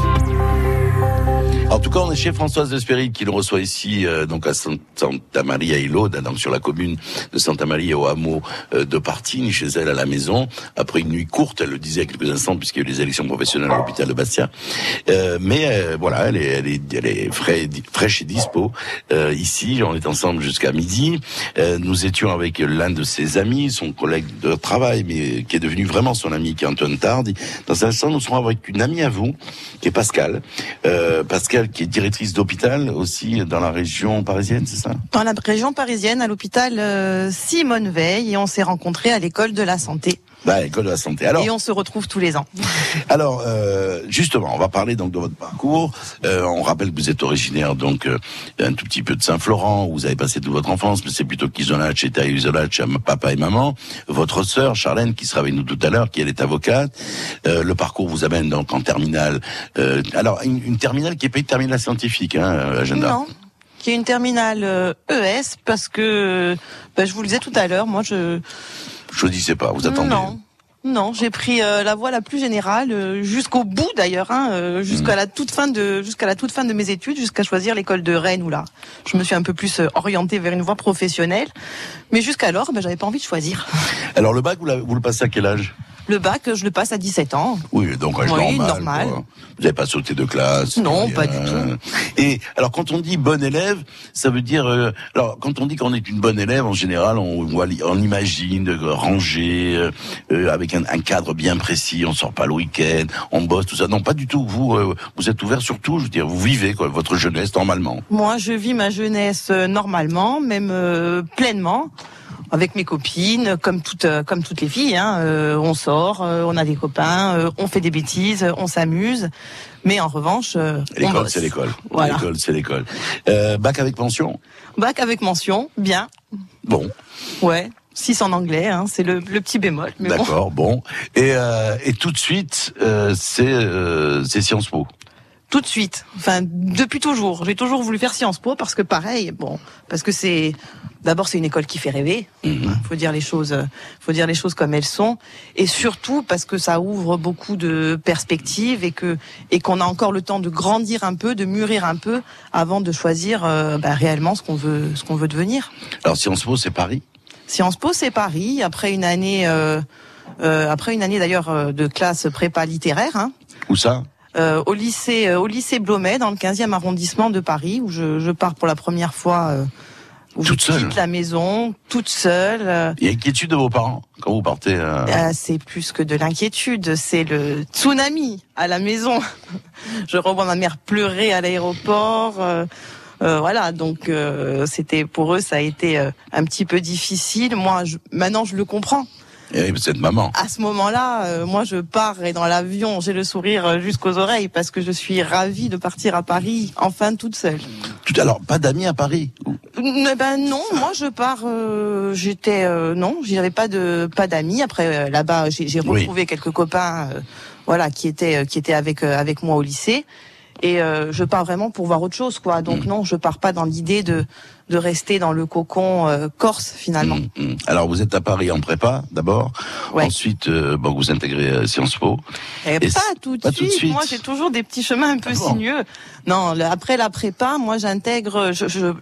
En tout cas, on est chez Françoise Vespéry qui le reçoit ici, donc à Santa Maria e Loda, donc sur la commune de Santa Maria au hameau de Partini, chez elle à la maison. Après une nuit courte, elle le disait il y a quelques instants, puisqu'il y a eu les élections professionnelles à l'hôpital de Bastia. Mais voilà, elle est fraîche et dispo. Ici, on est ensemble jusqu'à midi. Nous étions avec l'un de ses amis, son collègue de travail, mais qui est devenu vraiment son ami, qui est Antoine Tardy. Dans un instant, nous serons avec une amie à vous, qui est Pascal. Pascal, qui est directrice d'hôpital aussi dans la région parisienne, c'est ça ? Dans la région parisienne, à l'hôpital Simone Veil, et on s'est rencontrés à l'école de la santé. L'école de la santé. Alors, et on se retrouve tous les ans. Alors, justement, on va parler donc de votre parcours. On rappelle que vous êtes originaire donc un tout petit peu de Saint-Florent, où vous avez passé toute votre enfance, mais c'est plutôt qu'Isolacce et à Isolacce, à papa et maman. Votre sœur, Charlène, qui sera avec nous tout à l'heure, qui elle est avocate. Le parcours vous amène donc en terminale. Alors, une terminale qui est pas une terminale scientifique, agenda. Non. Qui est une terminale ES, parce que, je vous le disais tout à l'heure, moi je choisissez pas, vous attendez. Non, j'ai pris la voie la plus générale jusqu'au bout d'ailleurs, jusqu'à la toute fin de mes études, jusqu'à choisir l'école de Rennes où là, je me suis un peu plus orientée vers une voie professionnelle, mais jusqu'alors, j'avais pas envie de choisir. Alors le bac, vous le passez à quel âge ? Le bac, je le passe à 17 ans. Oui, donc âge normal. Vous n'avez pas sauté de classe? Non, pas du tout. Et alors, quand on dit bon élève, ça veut dire... alors, quand on dit qu'on est une bonne élève, en général, on imagine rangé, avec un cadre bien précis, on sort pas le week-end, on bosse, tout ça. Non, pas du tout. Vous êtes ouvert sur tout, je veux dire, vous vivez votre jeunesse normalement. Moi, je vis ma jeunesse normalement, même pleinement. Avec mes copines, comme toutes les filles, on sort, on a des copains, on fait des bêtises, on s'amuse, mais en revanche, l'école, c'est l'école. Voilà. L'école, c'est l'école. Bac avec mention. Bac avec mention, bien. Bon. Ouais. 6 en anglais, c'est le petit bémol. Mais d'accord, bon. Et tout de suite, c'est Sciences Po. Tout de suite. Enfin, depuis toujours. J'ai toujours voulu faire Sciences Po parce que pareil, parce que d'abord c'est une école qui fait rêver. Faut dire les choses comme elles sont. Et surtout parce que ça ouvre beaucoup de perspectives et qu'on a encore le temps de grandir un peu, de mûrir un peu avant de choisir réellement ce qu'on veut devenir. Alors Sciences Po, c'est Paris. Sciences Po, c'est Paris. Après une année d'ailleurs de classe prépa littéraire. Où ça? Au lycée Blomet, dans le 15e arrondissement de Paris, où je pars pour la première fois, où toute je seule. quitte la maison, toute seule. Il y a inquiétude de vos parents quand vous partez c'est plus que de l'inquiétude, c'est le tsunami à la maison. Je revois ma mère pleurer à l'aéroport. Voilà, donc c'était pour eux, ça a été un petit peu difficile. Moi, maintenant, je le comprends. Et vous êtes maman. À ce moment-là, moi je pars et dans l'avion, j'ai le sourire jusqu'aux oreilles parce que je suis ravie de partir à Paris, enfin toute seule. Alors, pas d'amis à Paris? Non, moi je pars, non, j'avais pas d'amis. Après là-bas, j'ai retrouvé quelques copains, qui étaient avec moi au lycée. Et je pars vraiment pour voir autre chose, quoi. Donc non, je pars pas dans l'idée de rester dans le cocon corse finalement. Alors vous êtes à Paris en prépa d'abord, ouais. Ensuite vous intégrez Sciences Po. Pas tout de suite. Moi j'ai toujours des petits chemins un peu sinueux. Non, après la prépa, moi j'intègre,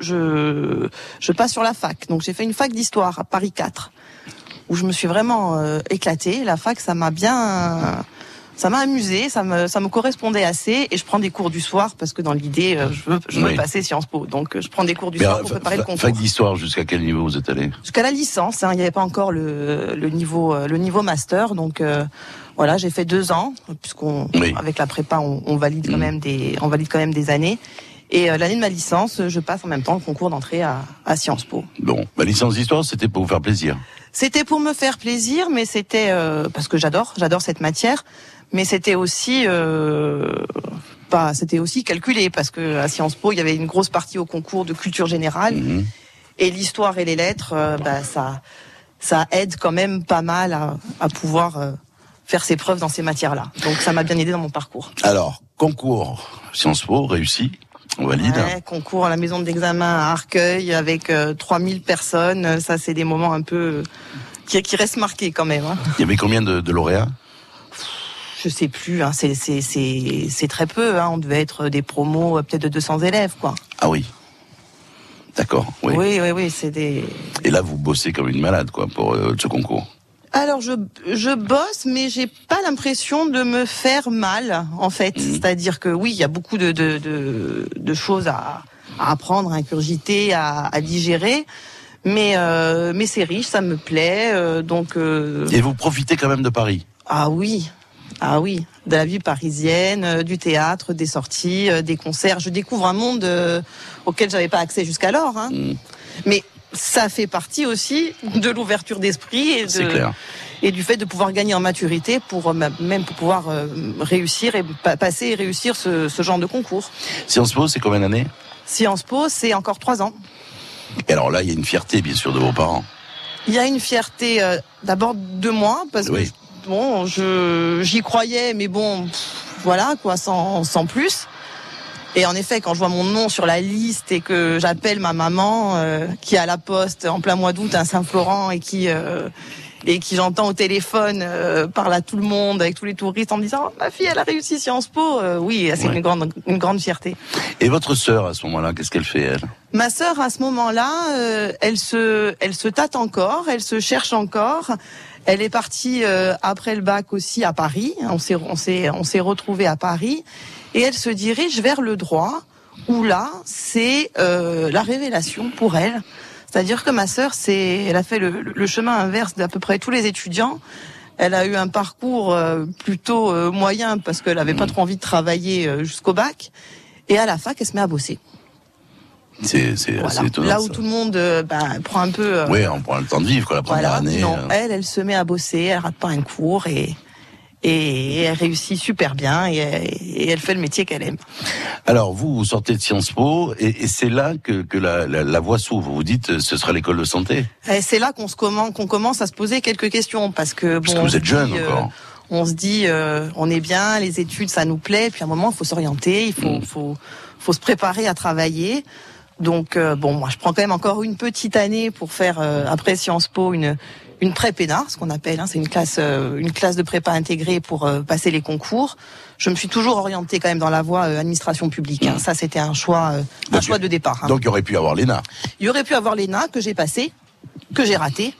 je passe sur la fac. Donc j'ai fait une fac d'histoire à Paris 4 où je me suis vraiment éclatée. La fac, ça m'a amusé, ça me correspondait assez, et je prends des cours du soir parce que dans l'idée, je veux passer Sciences Po, donc je prends des cours du soir pour préparer le concours. Fac d'histoire, jusqu'à quel niveau vous êtes allé? Jusqu'à la licence, il n'y avait pas encore le niveau master, donc voilà, j'ai fait 2 ans, puisqu'on avec la prépa on valide quand même des années. Et l'année de ma licence, je passe en même temps le concours d'entrée à Sciences Po. Bon, ma licence d'histoire, c'était pour vous faire plaisir. C'était pour me faire plaisir, mais c'était parce que j'adore cette matière, mais c'était aussi c'était aussi calculé parce que à Sciences Po, il y avait une grosse partie au concours de culture générale et l'histoire et les lettres, ça aide quand même pas mal à pouvoir faire ses preuves dans ces matières-là. Donc ça m'a bien aidé dans mon parcours. Alors, concours Sciences Po réussi. On valide. Ouais, concours à la maison d'examen à Arcueil avec 3000 personnes, ça c'est des moments un peu qui restent marqués quand même. Hein. Il y avait combien de lauréats ? Je sais plus, hein, c'est très peu. Hein, on devait être des promos peut-être de 200 élèves, quoi. Ah oui. D'accord. Oui. Oui, c'est des. Et là, vous bossez comme une malade, quoi, pour ce concours. Alors je bosse, mais j'ai pas l'impression de me faire mal, en fait. C'est-à-dire que oui, il y a beaucoup de choses à apprendre, à ingurgiter, à digérer, mais c'est riche, ça me plaît, donc. Et vous profitez quand même de Paris. Ah oui, de la vie parisienne, du théâtre, des sorties, des concerts. Je découvre un monde auquel j'avais pas accès jusqu'alors. Hein. Mais ça fait partie aussi de l'ouverture d'esprit et du fait de pouvoir gagner en maturité pour pouvoir réussir et passer et réussir ce genre de concours. Sciences Po, c'est combien d'années ? Sciences Po, c'est encore 3 ans. Et alors là, il y a une fierté, bien sûr, de vos parents. Il y a une fierté d'abord de moi, parce que j'y croyais, mais bon, voilà, quoi, sans plus. Et en effet, quand je vois mon nom sur la liste et que j'appelle ma maman qui est à la poste en plein mois d'août à Saint-Florent et qui j'entends au téléphone parle à tout le monde avec tous les touristes en me disant ma fille elle a réussi Sciences Po, oui, c'est une grande fierté. Et votre sœur à ce moment-là, qu'est-ce qu'elle fait elle ? Ma sœur à ce moment-là, elle se tâte encore, elle se cherche encore. Elle est partie après le bac aussi à Paris. On s'est retrouvés à Paris. Et elle se dirige vers le droit, où là, c'est la révélation pour elle. C'est-à-dire que ma sœur, elle a fait le chemin inverse d'à peu près tous les étudiants. Elle a eu un parcours plutôt moyen parce qu'elle n'avait pas trop envie de travailler jusqu'au bac. Et à la fac, elle se met à bosser. C'est assez étonnant. Là où ça. tout le monde prend un peu... Oui, on prend le temps de vivre, quoi, la première année. Non, elle se met à bosser, elle rate pas un cours et elle réussit super bien et elle fait le métier qu'elle aime. Alors vous sortez de Sciences Po et c'est là que la voie s'ouvre. Vous dites ce sera l'école de santé. Et c'est là qu'on commence à se poser quelques questions parce que vous êtes jeune encore. On se dit on est bien, les études ça nous plaît, puis à un moment il faut s'orienter, il faut se préparer à travailler. Donc moi je prends quand même encore une petite année pour faire après Sciences Po une pré-péna, ce qu'on appelle, c'est une classe de prépa intégrée pour passer les concours. Je me suis toujours orientée quand même dans la voie administration publique. Ça c'était un choix de départ. Donc il y aurait pu avoir l'ENA. Il y aurait pu avoir l'ENA que j'ai passé, que j'ai raté.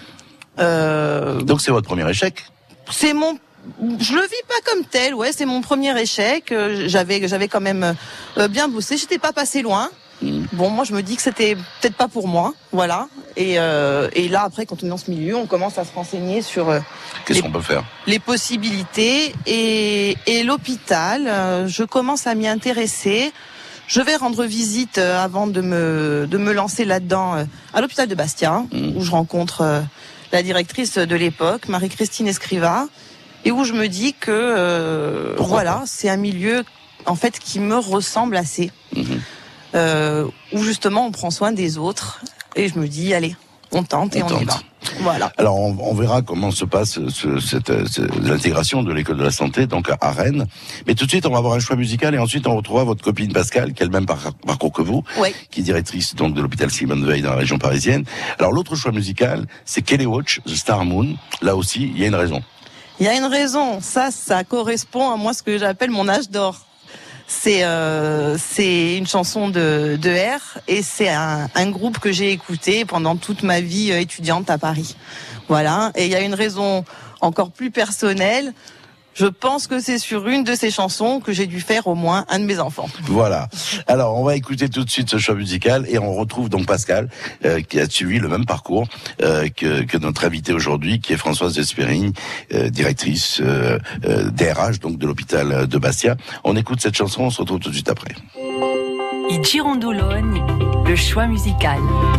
Donc c'est votre premier échec. Je le vis pas comme tel, c'est mon premier échec. J'avais quand même bien bossé, j'étais pas passé loin. Bon, moi je me dis que c'était peut-être pas pour moi, voilà. Et là après, quand on est dans ce milieu, on commence à se renseigner sur qu'est-ce qu'on peut faire, les possibilités et l'hôpital. Je commence à m'y intéresser. Je vais rendre visite avant de me lancer là-dedans à l'hôpital de Bastia, où je rencontre la directrice de l'époque, Marie-Christine Escriva, et où je me dis que c'est un milieu en fait qui me ressemble assez. Où justement on prend soin des autres et je me dis allez on tente et on y va. Voilà. Alors on verra comment se passe l'intégration de l'école de la santé donc à Rennes. Mais tout de suite on va avoir un choix musical et ensuite on retrouvera votre copine Pascale qui a le même parcours que vous, qui est directrice donc de l'hôpital Simone Veil dans la région parisienne. Alors l'autre choix musical c'est Kelly Watch, The Star Moon. Là aussi il y a une raison. Il y a une raison. Ça correspond à moi ce que j'appelle mon âge d'or. C'est une chanson de R et c'est un groupe que j'ai écouté pendant toute ma vie étudiante à Paris. Voilà. Et il y a une raison encore plus personnelle. Je pense que c'est sur une de ces chansons que j'ai dû faire au moins un de mes enfants. Voilà. Alors, on va écouter tout de suite ce choix musical et on retrouve donc Pascale qui a suivi le même parcours que notre invitée aujourd'hui, qui est Françoise Despérigne, directrice DRH donc de l'hôpital de Bastia. On écoute cette chanson, on se retrouve tout de suite après. I Girondoloni, le choix musical.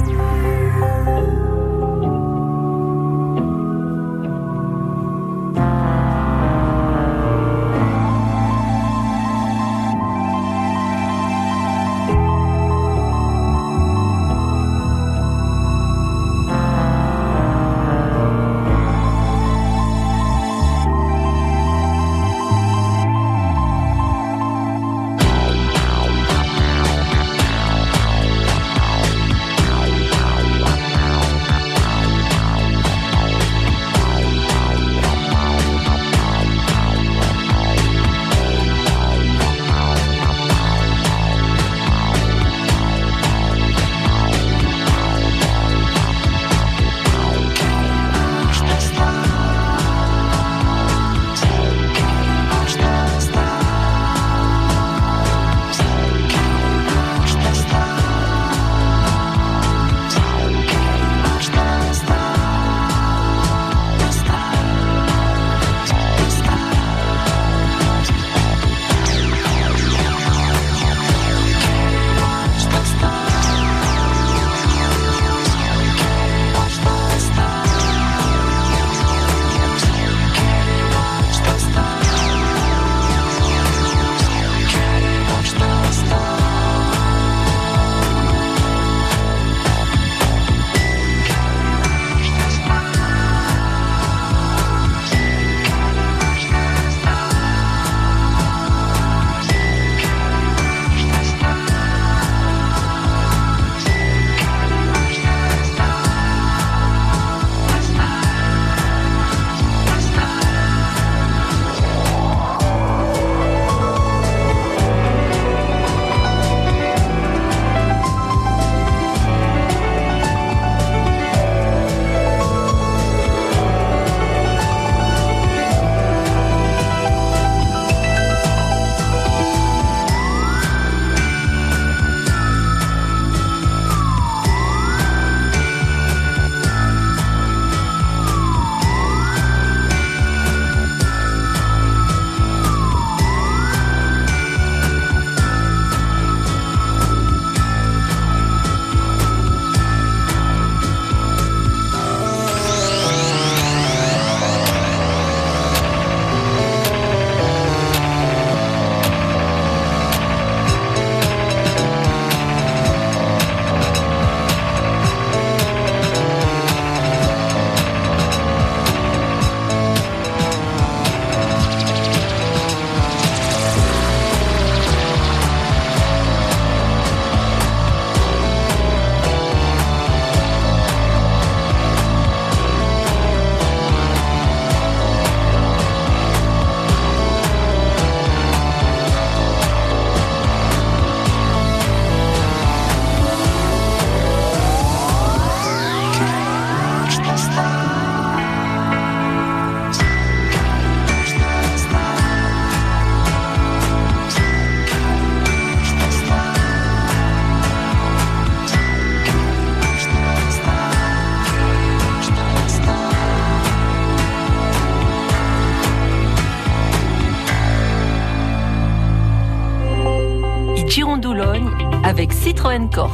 Girondologne avec Citroën Corse.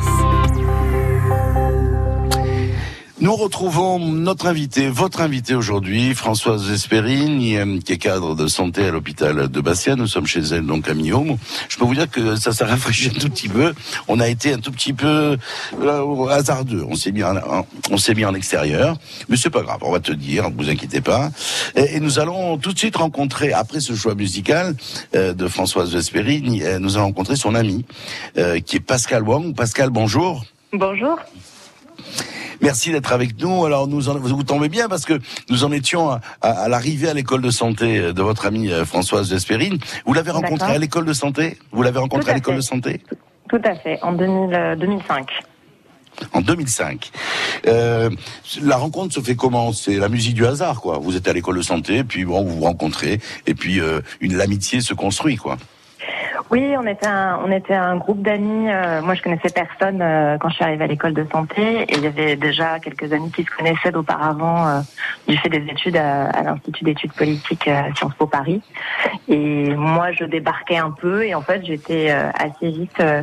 Nous retrouvons notre invité, votre invité aujourd'hui, Françoise Vesperini, qui est cadre de santé à l'hôpital de Bastia. Nous sommes chez elle, donc à Millau. Je peux vous dire que ça rafraîchit un tout petit peu. On a été un tout petit peu hasardeux. On s'est mis en extérieur. Mais c'est pas grave, on va te dire, ne vous inquiétez pas. Et nous allons tout de suite rencontrer, après ce choix musical de Françoise Vesperini, nous allons rencontrer son ami, qui est Pascal Wang. Pascal, bonjour. Bonjour. Merci d'être avec nous. Alors, vous tombez bien parce que nous en étions à l'arrivée à l'école de santé de votre amie Françoise Vesperini. Vous l'avez rencontrée à l'école de santé ? Vous l'avez rencontrée à l'école de santé ? Tout à fait, en 2005. En 2005. La rencontre se fait comment ? C'est la musique du hasard, quoi. Vous êtes à l'école de santé, puis bon, vous vous rencontrez, et puis l'amitié se construit, quoi. Oui, on était un groupe d'amis. Moi, je connaissais personne quand je suis arrivée à l'école de santé, et il y avait déjà quelques amis qui se connaissaient d'auparavant du fait des études à l'Institut d'études politiques Sciences Po Paris. Et moi, je débarquais un peu, et en fait, j'étais assez vite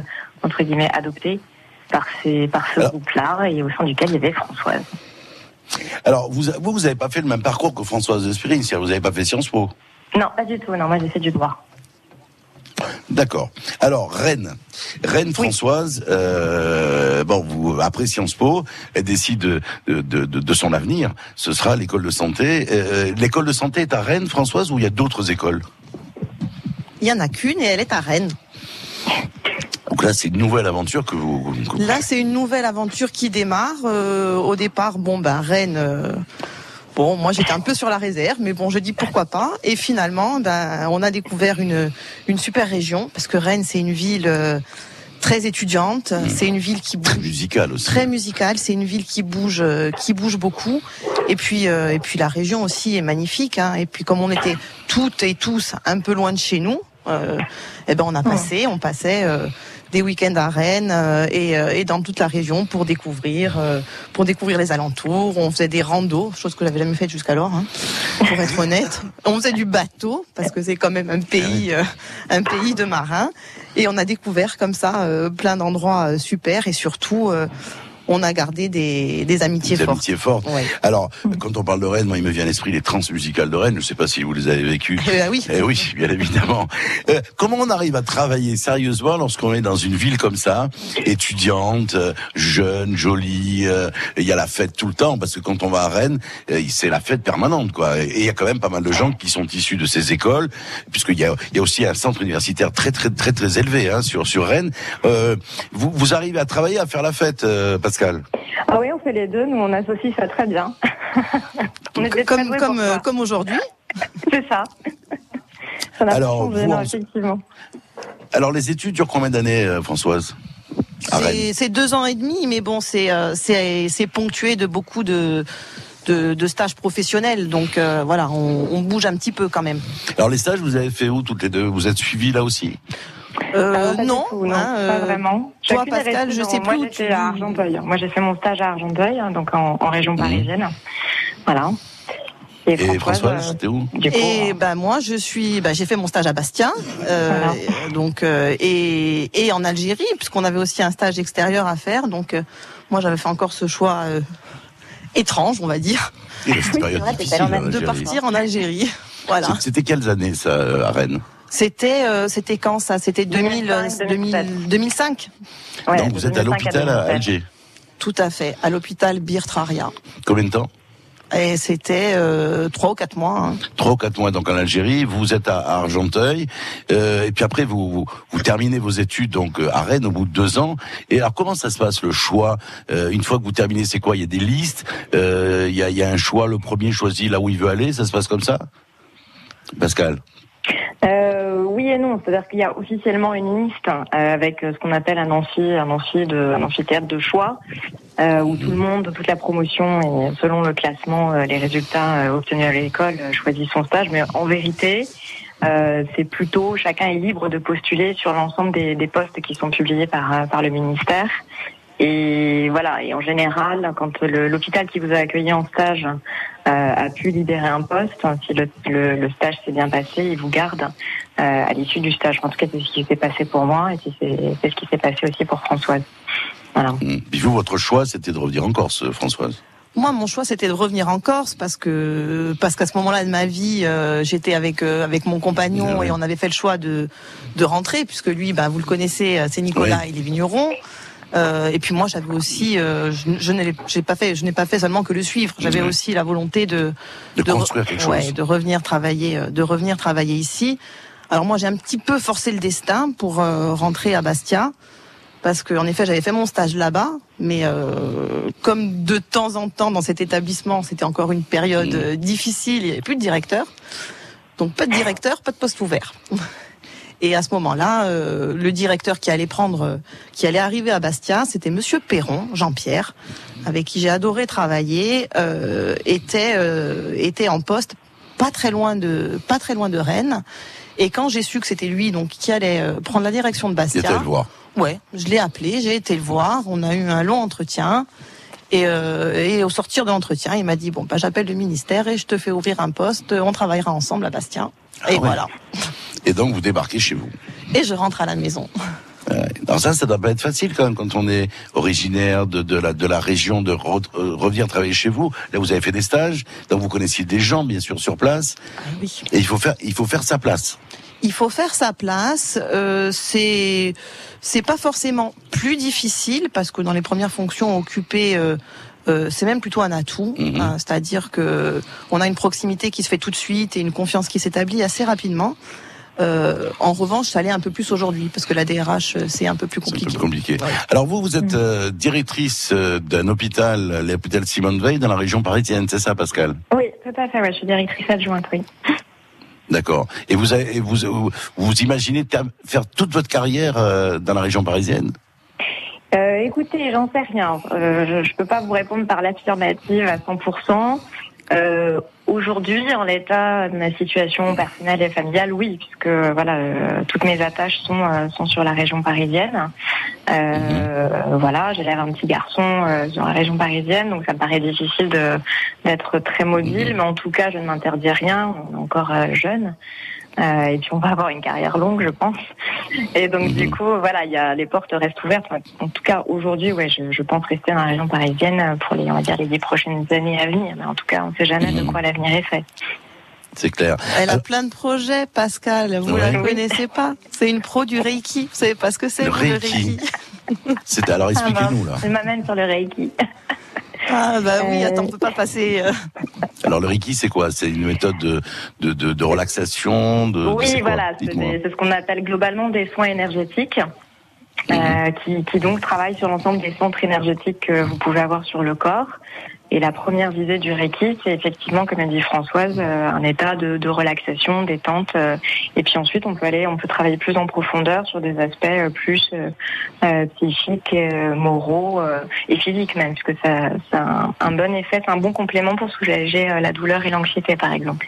entre guillemets adopté par ce groupe-là, et au sein duquel il y avait Françoise. Alors, vous avez pas fait le même parcours que Françoise Espérine, c'est-à-dire vous n'avez pas fait Sciences Po? Non, pas du tout. Non, moi j'ai fait du droit. D'accord. Alors, Rennes, Françoise, vous, après Sciences Po, elle décide de son avenir. Ce sera l'école de santé. L'école de santé est à Rennes, Françoise, ou il y a d'autres écoles? Il y en a qu'une et elle est à Rennes. Donc là, c'est une nouvelle aventure que vous... Là, c'est une nouvelle aventure qui démarre. Au départ, Rennes... moi j'étais un peu sur la réserve, mais je dis pourquoi pas. Et finalement, on a découvert une super région, parce que Rennes, c'est une ville très étudiante, c'est une ville qui bouge, très musicale aussi. Très musicale, c'est une ville qui bouge beaucoup. Et puis la région aussi est magnifique. Et puis comme on était toutes et tous un peu loin de chez nous, on passait des week-ends à Rennes et dans toute la région pour découvrir les alentours. On faisait des randos, chose que j'avais jamais faite jusqu'alors, pour être honnête. On faisait du bateau parce que c'est quand même un pays de marins, et on a découvert comme ça plein d'endroits super, et surtout on a gardé des amitiés fortes. Amitiés fortes. Ouais. Alors, quand on parle de Rennes, moi, il me vient à l'esprit les transmusicales de Rennes. Je ne sais pas si vous les avez vécues. Oui. Oui, bien évidemment. Comment on arrive à travailler sérieusement lorsqu'on est dans une ville comme ça, étudiante, jeune, jolie, il y a la fête tout le temps, parce que quand on va à Rennes, c'est la fête permanente, quoi. Et il y a quand même pas mal de gens qui sont issus de ces écoles, puisqu'il y a aussi un centre universitaire très élevé, sur Rennes. Vous arrivez à travailler, à faire la fête, Pascal? Ah oui, on fait les deux. Nous, on associe ça très bien. On est comme aujourd'hui. C'est ça. Ça n'a pas changé, effectivement. Alors, les études durent combien d'années, Françoise? C'est 2 ans et demi, mais c'est ponctué de beaucoup de stages professionnels. Donc on bouge un petit peu quand même. Alors, les stages, vous avez fait où toutes les deux? Vous êtes suivies là aussi? Non, pas vraiment. Toi, Pascal, je sais plus où tu es. À Argenteuil. Moi, j'ai fait mon stage à Argenteuil, donc en région parisienne. Voilà. Et Françoise, c'était où? Moi, j'ai fait mon stage à Bastia, et en Algérie, puisqu'on avait aussi un stage extérieur à faire. Donc, moi, j'avais fait encore ce choix étrange, on va dire, de partir en Algérie. Voilà. C'était quelles années ça à Rennes? C'était quand ça? C'était 2005. Ouais, donc vous êtes à l'hôpital à Alger? Tout à fait, à l'hôpital Bir Traria. Combien de temps? Et c'était 3 ou 4 mois. 3 ou 4 mois donc en Algérie. Vous êtes à Argenteuil, et puis après vous terminez vos études donc à Rennes au bout de 2 ans. Et alors comment ça se passe le choix? Une fois que vous terminez, c'est quoi? Il y a des listes, il y a un choix. Le premier choisit là où il veut aller. Ça se passe comme ça, Pascal? Oui et non, c'est-à-dire qu'il y a officiellement une liste avec ce qu'on appelle un amphithéâtre de choix, où tout le monde, toute la promotion, et selon le classement, les résultats obtenus à l'école, choisit son stage. Mais en vérité, c'est plutôt chacun est libre de postuler sur l'ensemble des postes qui sont publiés par le ministère. Et voilà. Et en général, quand l'hôpital qui vous a accueilli en stage a pu libérer un poste, si le stage s'est bien passé, il vous garde à l'issue du stage. En tout cas, c'est ce qui s'est passé pour moi, et c'est ce qui s'est passé aussi pour Françoise. Voilà. Et vous, votre choix, c'était de revenir en Corse, Françoise? Moi, mon choix, c'était de revenir en Corse parce qu'à ce moment-là de ma vie, j'étais avec mon compagnon, et on avait fait le choix de rentrer, puisque lui, vous le connaissez, c'est Nicolas, il est vigneron. Et puis moi, j'avais aussi, je n'ai pas fait seulement que le suivre. J'avais aussi la volonté de construire quelque chose, de revenir travailler ici. Alors moi, j'ai un petit peu forcé le destin pour rentrer à Bastia, parce que en effet, j'avais fait mon stage là-bas, mais comme de temps en temps dans cet établissement, c'était encore une période difficile. Il n'y avait plus de directeur, donc pas de directeur, pas de poste ouvert. Et à ce moment-là, le directeur qui allait arriver à Bastia, c'était Monsieur Perron, Jean-Pierre, avec qui j'ai adoré travailler, était en poste pas très loin de Rennes. Et quand j'ai su que c'était lui donc qui allait prendre la direction de Bastia, j'ai été le voir. Ouais, je l'ai appelé, j'ai été le voir, on a eu un long entretien. Et au sortir de l'entretien, il m'a dit j'appelle le ministère et je te fais ouvrir un poste, on travaillera ensemble à Bastia. Et voilà. Et donc vous débarquez chez vous. Et je rentre à la maison. Alors ça doit pas être facile quand même, quand on est originaire de la région, de revenir travailler chez vous. Là, vous avez fait des stages, donc vous connaissiez des gens, bien sûr, sur place. Oui. Et il faut faire sa place. Il faut faire sa place. C'est pas forcément plus difficile parce que dans les premières fonctions occupées, c'est même plutôt un atout. Hein, c'est-à-dire que on a une proximité qui se fait tout de suite et une confiance qui s'établit assez rapidement. En revanche, ça allait un peu plus aujourd'hui parce que la DRH, c'est un peu plus compliqué. C'est un peu compliqué. Ouais. Alors vous êtes directrice d'un hôpital, l'hôpital Simone Veil, dans la région parisienne, c'est ça, Pascal? Oui, tout à fait. Ouais, je suis directrice adjointe, oui. D'accord. Et vous imaginez faire toute votre carrière dans la région parisienne? Écoutez, j'en sais rien. Je peux pas vous répondre par l'affirmative à 100%. Aujourd'hui, en l'état de ma situation personnelle et familiale, oui, puisque toutes mes attaches sont sur la région parisienne. Voilà, j'élève un petit garçon sur la région parisienne, donc ça me paraît difficile d'être très mobile, mais en tout cas, je ne m'interdis rien. On est encore jeune. Et puis on va avoir une carrière longue, je pense. Et donc du coup, voilà, les portes restent ouvertes. En tout cas, aujourd'hui, ouais, je pense rester dans la région parisienne pour les 10 prochaines années à venir. Mais en tout cas, on ne sait jamais de quoi l'avenir est fait. C'est clair. Elle a plein de projets, Pascal. Vous la connaissez pas? C'est une pro du Reiki. Vous savez pas ce que c'est, le Reiki? Alors expliquez-nous là. Je m'amène sur le Reiki. Ah bah oui, attends, on peut pas passer. Alors le Reiki, c'est quoi? C'est une méthode de relaxation, Oui, voilà, c'est ce qu'on appelle globalement des soins énergétiques, qui donc travaillent sur l'ensemble des centres énergétiques que vous pouvez avoir sur le corps. Et la première visée du Reiki, c'est effectivement, comme a dit Françoise, un état de relaxation, détente. Et puis ensuite, on peut travailler plus en profondeur sur des aspects plus psychiques, moraux et physiques même, puisque ça a un bon effet, c'est un bon complément pour soulager la douleur et l'anxiété, par exemple.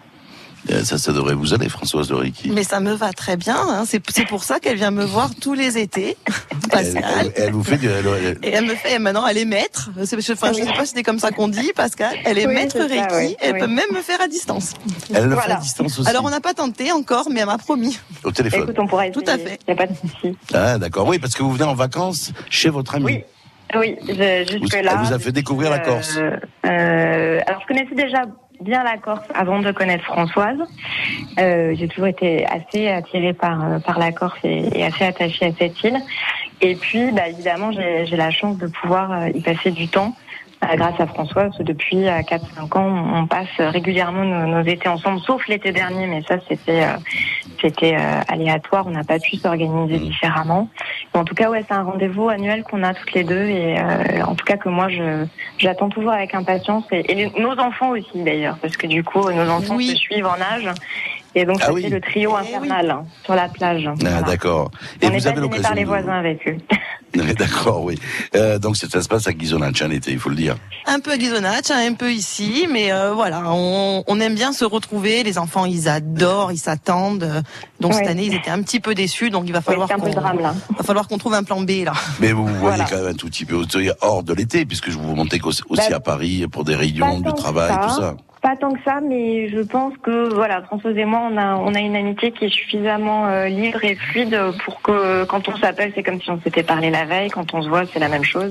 Ça devrait vous aller, Françoise, le Reiki. Mais ça me va très bien. Hein. C'est pour ça qu'elle vient me voir tous les étés. Pascal. Elle vous fait Et elle me fait, maintenant, elle est maître. Je sais pas si c'était comme ça qu'on dit, Pascal. Elle est maître Reiki. Elle peut même me faire à distance. Elle le fait à distance aussi. Alors, on n'a pas tenté encore, mais elle m'a promis. Au téléphone. Écoute, on pourra essayer. Tout à fait. Il n'y a pas de souci. Ah, d'accord. Oui, parce que vous venez en vacances chez votre ami. Oui, jusque-là. Elle vous a fait découvrir la Corse. Alors, je connaissais déjà bien la Corse avant de connaître Françoise. J'ai toujours été assez attirée par la Corse et assez attachée à cette île. Et puis, évidemment, j'ai la chance de pouvoir y passer du temps. Grâce à Françoise, depuis 4-5 ans, on passe régulièrement nos étés ensemble, sauf l'été dernier, mais ça c'était aléatoire, on n'a pas pu s'organiser différemment. Mais en tout cas, ouais, c'est un rendez-vous annuel qu'on a toutes les deux et en tout cas que moi j'attends toujours avec impatience et nos enfants aussi d'ailleurs, parce que du coup nos enfants se suivent en âge. Et donc, c'était le trio infernal sur la plage. Ah, voilà. d'accord. Et on vous avez l'occasion par les voisins avec eux. D'accord, oui. Donc, ça se passe à Ghisonaccia en été, il faut le dire. Un peu à Ghisonaccia, un peu ici, mais voilà, on aime bien se retrouver. Les enfants, ils adorent, ils s'attendent. Donc, cette année, ils étaient un petit peu déçus. Donc, il va falloir qu'on trouve un plan B, là. Mais vous voyez quand même un tout petit peu hors de l'été, puisque je vous montez aussi à Paris pour des réunions de travail, tout ça. Pas tant que ça, mais je pense que Françoise et moi, on a une amitié qui est suffisamment libre et fluide pour que quand on s'appelle, c'est comme si on s'était parlé la veille. Quand on se voit, c'est la même chose.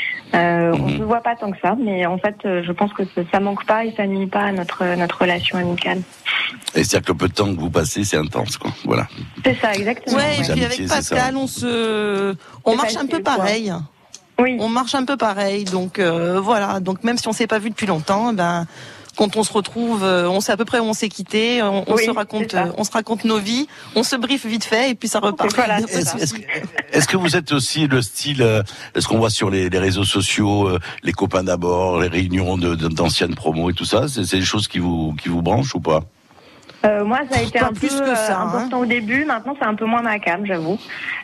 On se voit pas tant que ça, mais en fait, je pense que ça manque pas et ça nuit pas à notre relation amicale. Et c'est-à-dire que le peu de temps que vous passez, c'est intense, quoi. Voilà. C'est ça, exactement. Ouais, et puis avec Pascal, on marche un peu pareil. Oui. On marche un peu pareil, donc voilà. Donc même si on s'est pas vu depuis longtemps, quand on se retrouve, on sait à peu près où on s'est quitté, on se raconte nos vies, on se briefe vite fait et puis ça repart. Voilà, est-ce que vous êtes aussi le style, est-ce qu'on voit sur les réseaux sociaux, les copains d'abord, les réunions d'anciennes promos et tout ça, c'est des choses qui vous branchent ou pas? Moi, ça a été un plus peu que ça, important au début. Maintenant, c'est un peu moins ma came, j'avoue.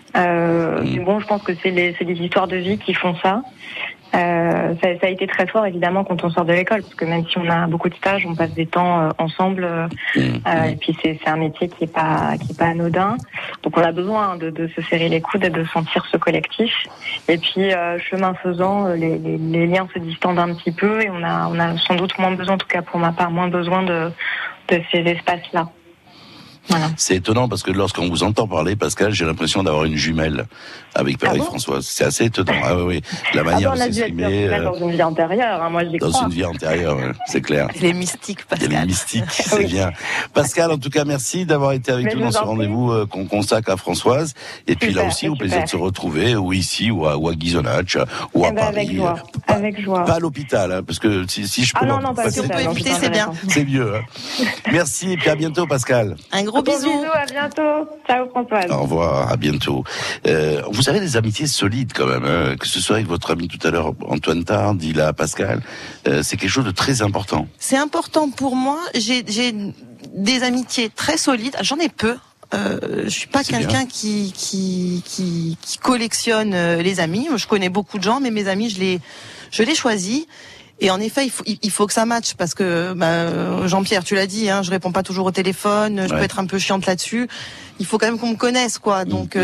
Mais bon, je pense que c'est des histoires de vie qui font ça. Ça a été très fort, évidemment, quand on sort de l'école, parce que même si on a beaucoup de stages, on passe des temps ensemble. Et puis, c'est un métier qui est pas anodin. Donc, on a besoin de se serrer les coudes et de sentir ce collectif. Et puis, chemin faisant, les liens se distendent un petit peu et on a sans doute moins besoin, en tout cas pour ma part, moins besoin de ces espaces-là. Voilà. C'est étonnant parce que lorsqu'on vous entend parler, Pascal, j'ai l'impression d'avoir une jumelle avec Françoise. C'est assez étonnant. Ah oui, la manière on de a dû s'exprimer. être dans une vie antérieure, hein, moi j'y crois. Dans une vie antérieure, ouais, c'est clair. Les mystiques, Pascal. Les mystiques, c'est bien. Pascal, en tout cas, merci d'avoir été avec nous dans ce rendez-vous qu'on consacre à Françoise. Et puis là aussi, au plaisir de se retrouver, ou ici, ou à Ghisonaccia, ou à Paris. Avec joie. Pas à l'hôpital, hein, parce que si je peux. Ah non, pas si on peut éviter, c'est bien. C'est mieux. Hein. Merci, et puis à bientôt, Pascal. Un gros bisou. À bientôt. Ciao, Françoise. Au revoir, à bientôt. Vous avez des amitiés solides quand même, hein, que ce soit avec votre ami tout à l'heure, Antoine Tard, dit là, Pascal. C'est quelque chose de très important. C'est important pour moi. J'ai des amitiés très solides. J'en ai peu. Je suis pas quelqu'un qui collectionne les amis. Je connais beaucoup de gens, mais mes amis, je les choisis. Et en effet, il faut que ça matche parce que Jean-Pierre, tu l'as dit, hein, je réponds pas toujours au téléphone, je peux être un peu chiante là-dessus. Il faut quand même qu'on me connaisse, quoi. Donc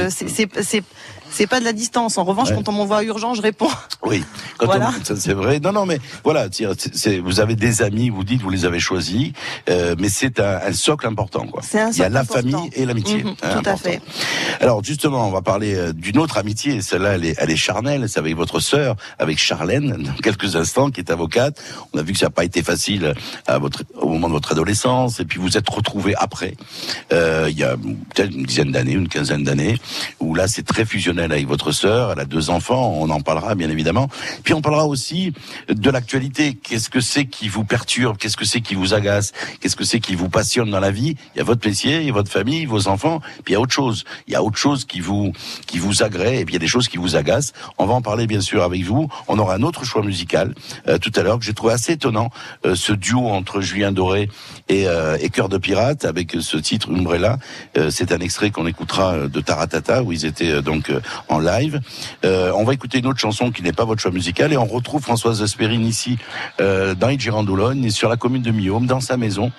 c'est pas de la distance. En revanche, quand on m'envoie urgent, je réponds. Oui, ça c'est vrai. Non, mais voilà, vous avez des amis, vous dites, vous les avez choisis, mais c'est un socle important, quoi. C'est un socle important. Il y a la famille et l'amitié. Tout à fait. Alors justement, on va parler d'une autre amitié. Celle-là, elle est charnelle. C'est avec votre sœur, avec Charlène, dans quelques instants, qui est avocate. On a vu que ça n'a pas été facile au moment de votre adolescence, et puis vous êtes retrouvés après. Il y a peut-être une dizaine d'années, une quinzaine d'années, où là c'est très fusionnel avec votre sœur. Elle a 2 enfants, on en parlera bien évidemment. Puis on parlera aussi de l'actualité. Qu'est-ce que c'est qui vous perturbe? Qu'est-ce que c'est qui vous agace? Qu'est-ce que c'est qui vous passionne dans la vie? Il y a votre métier, il y a votre famille, vos enfants, puis il y a autre chose. Il y a autre chose qui vous agrée, et puis il y a des choses qui vous agacent. On va en parler bien sûr avec vous. On aura un autre choix musical tout à l'heure que j'ai trouvé assez étonnant, ce duo entre Julien Doré et Cœur de Pirate avec ce titre Umbrella. C'est un extrait qu'on écoutera de Taratata où ils étaient donc en live. On va écouter une autre chanson qui n'est pas votre choix musical et on retrouve Françoise Vespérine ici dans Il Girandolone et sur la commune de Miaume, dans sa maison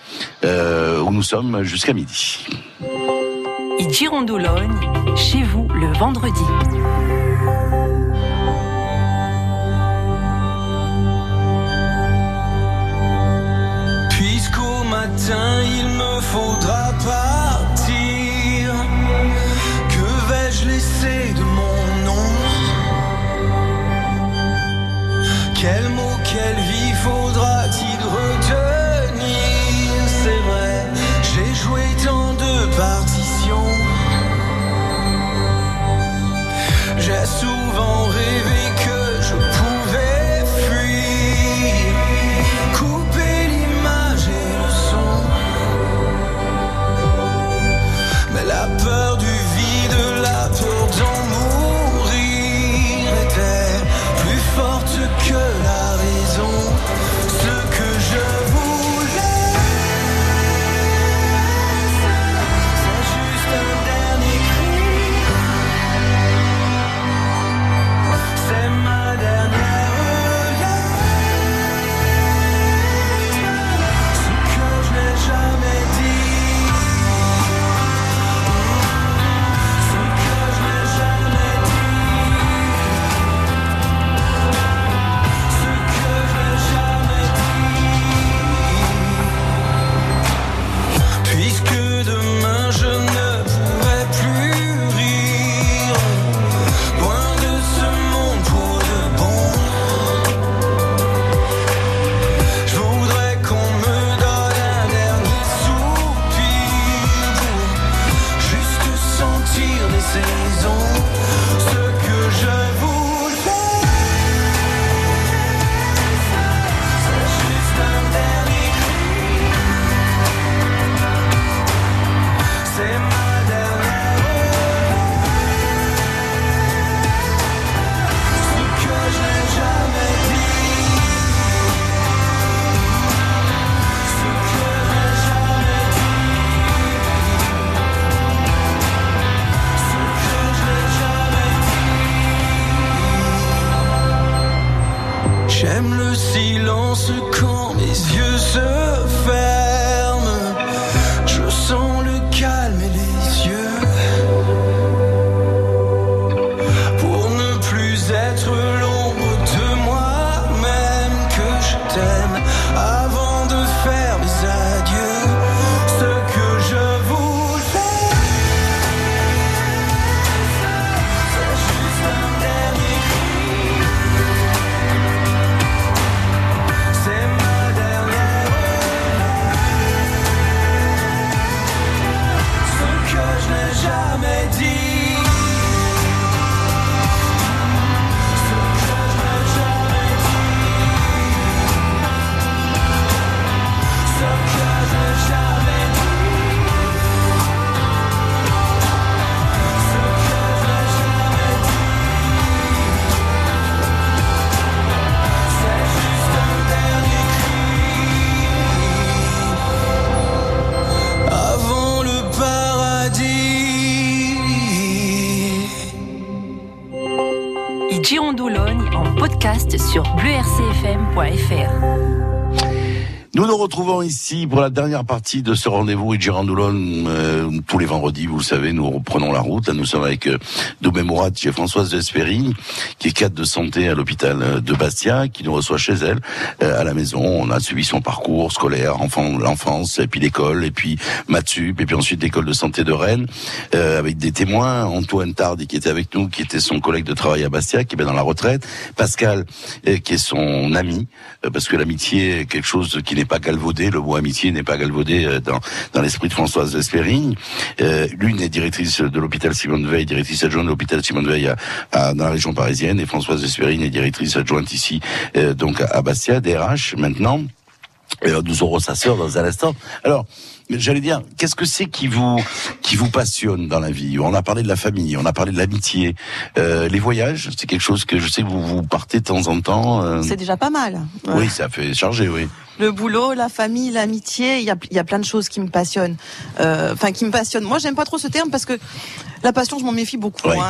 où nous sommes jusqu'à midi. Il Girandolone, chez vous le vendredi. Puisqu'au matin il me faudra partir, que vais-je laisser de mon nom? Quel mot, quelle vie faudra-t-il retenir? C'est vrai, j'ai joué tant de partitions. J'ai souvent rêvé que je pouvais fuir, couper l'image et le son. Mais la peur du vide, la peur d'en mourir était plus forte que la raison. Ce que je voulais, c'est juste un dernier cri. C'est ma dernière lettre. Ce que je n'ai jamais dit, ce que je n'ai jamais dit, ce que je n'ai jamais dit. Puisque demain je ne pourrai plus rire, loin de ce monde pour de bon, je voudrais qu'on me donne un dernier soupir pour juste sentir les saisons. Ce que je voulais, c'est juste un dernier cri. C'est ma dernière ce que je n'ai jamais dit, ce que je n'ai jamais dit, ce que je n'ai jamais dit. J'aime le silence quand mes yeux se ferment. Je sens le calme et les yeux. Pour ne plus être l'ombre de moi-même, que je t'aime avant de faire mes adieux. Ce que je voulais, podcast sur bleurcfm.fr. Nous nous retrouvons ici pour la dernière partie de ce rendez-vous Girandolon. Tous les vendredis, vous le savez, nous reprenons la route. Là, nous sommes avec Doumé Mourad chez Françoise Vesperi, qui est cadre de santé à l'hôpital de Bastia, qui nous reçoit chez elle, à la maison. On a suivi son parcours scolaire, l'enfance, et puis l'école, et puis Matsup, et puis ensuite l'école de santé de Rennes, avec des témoins. Antoine Tardy, qui était avec nous, qui était son collègue de travail à Bastia, qui est dans la retraite. Pascal, qui est son ami, parce que l'amitié est quelque chose qui n'est pas galvaudé, le mot amitié n'est pas galvaudé dans l'esprit de Françoise Vesperi. L'une est directrice de l'hôpital Simone Veil, directrice adjointe de l'hôpital Simone Veil dans la région parisienne, et Françoise Vesperi est directrice adjointe ici, donc à Bastia, DRH maintenant. Nous aurons sa sœur dans un instant. Alors, j'allais dire, qu'est-ce que c'est qui vous passionne dans la vie? On a parlé de la famille, on a parlé de l'amitié, les voyages, c'est quelque chose que je sais que vous partez de temps en temps. C'est déjà pas mal. Oui, ça fait charger, oui. Le boulot, la famille, l'amitié, il y a plein de choses qui me passionnent. Qui me passionnent. Moi, j'aime pas trop ce terme parce que la passion, je m'en méfie beaucoup. Oui.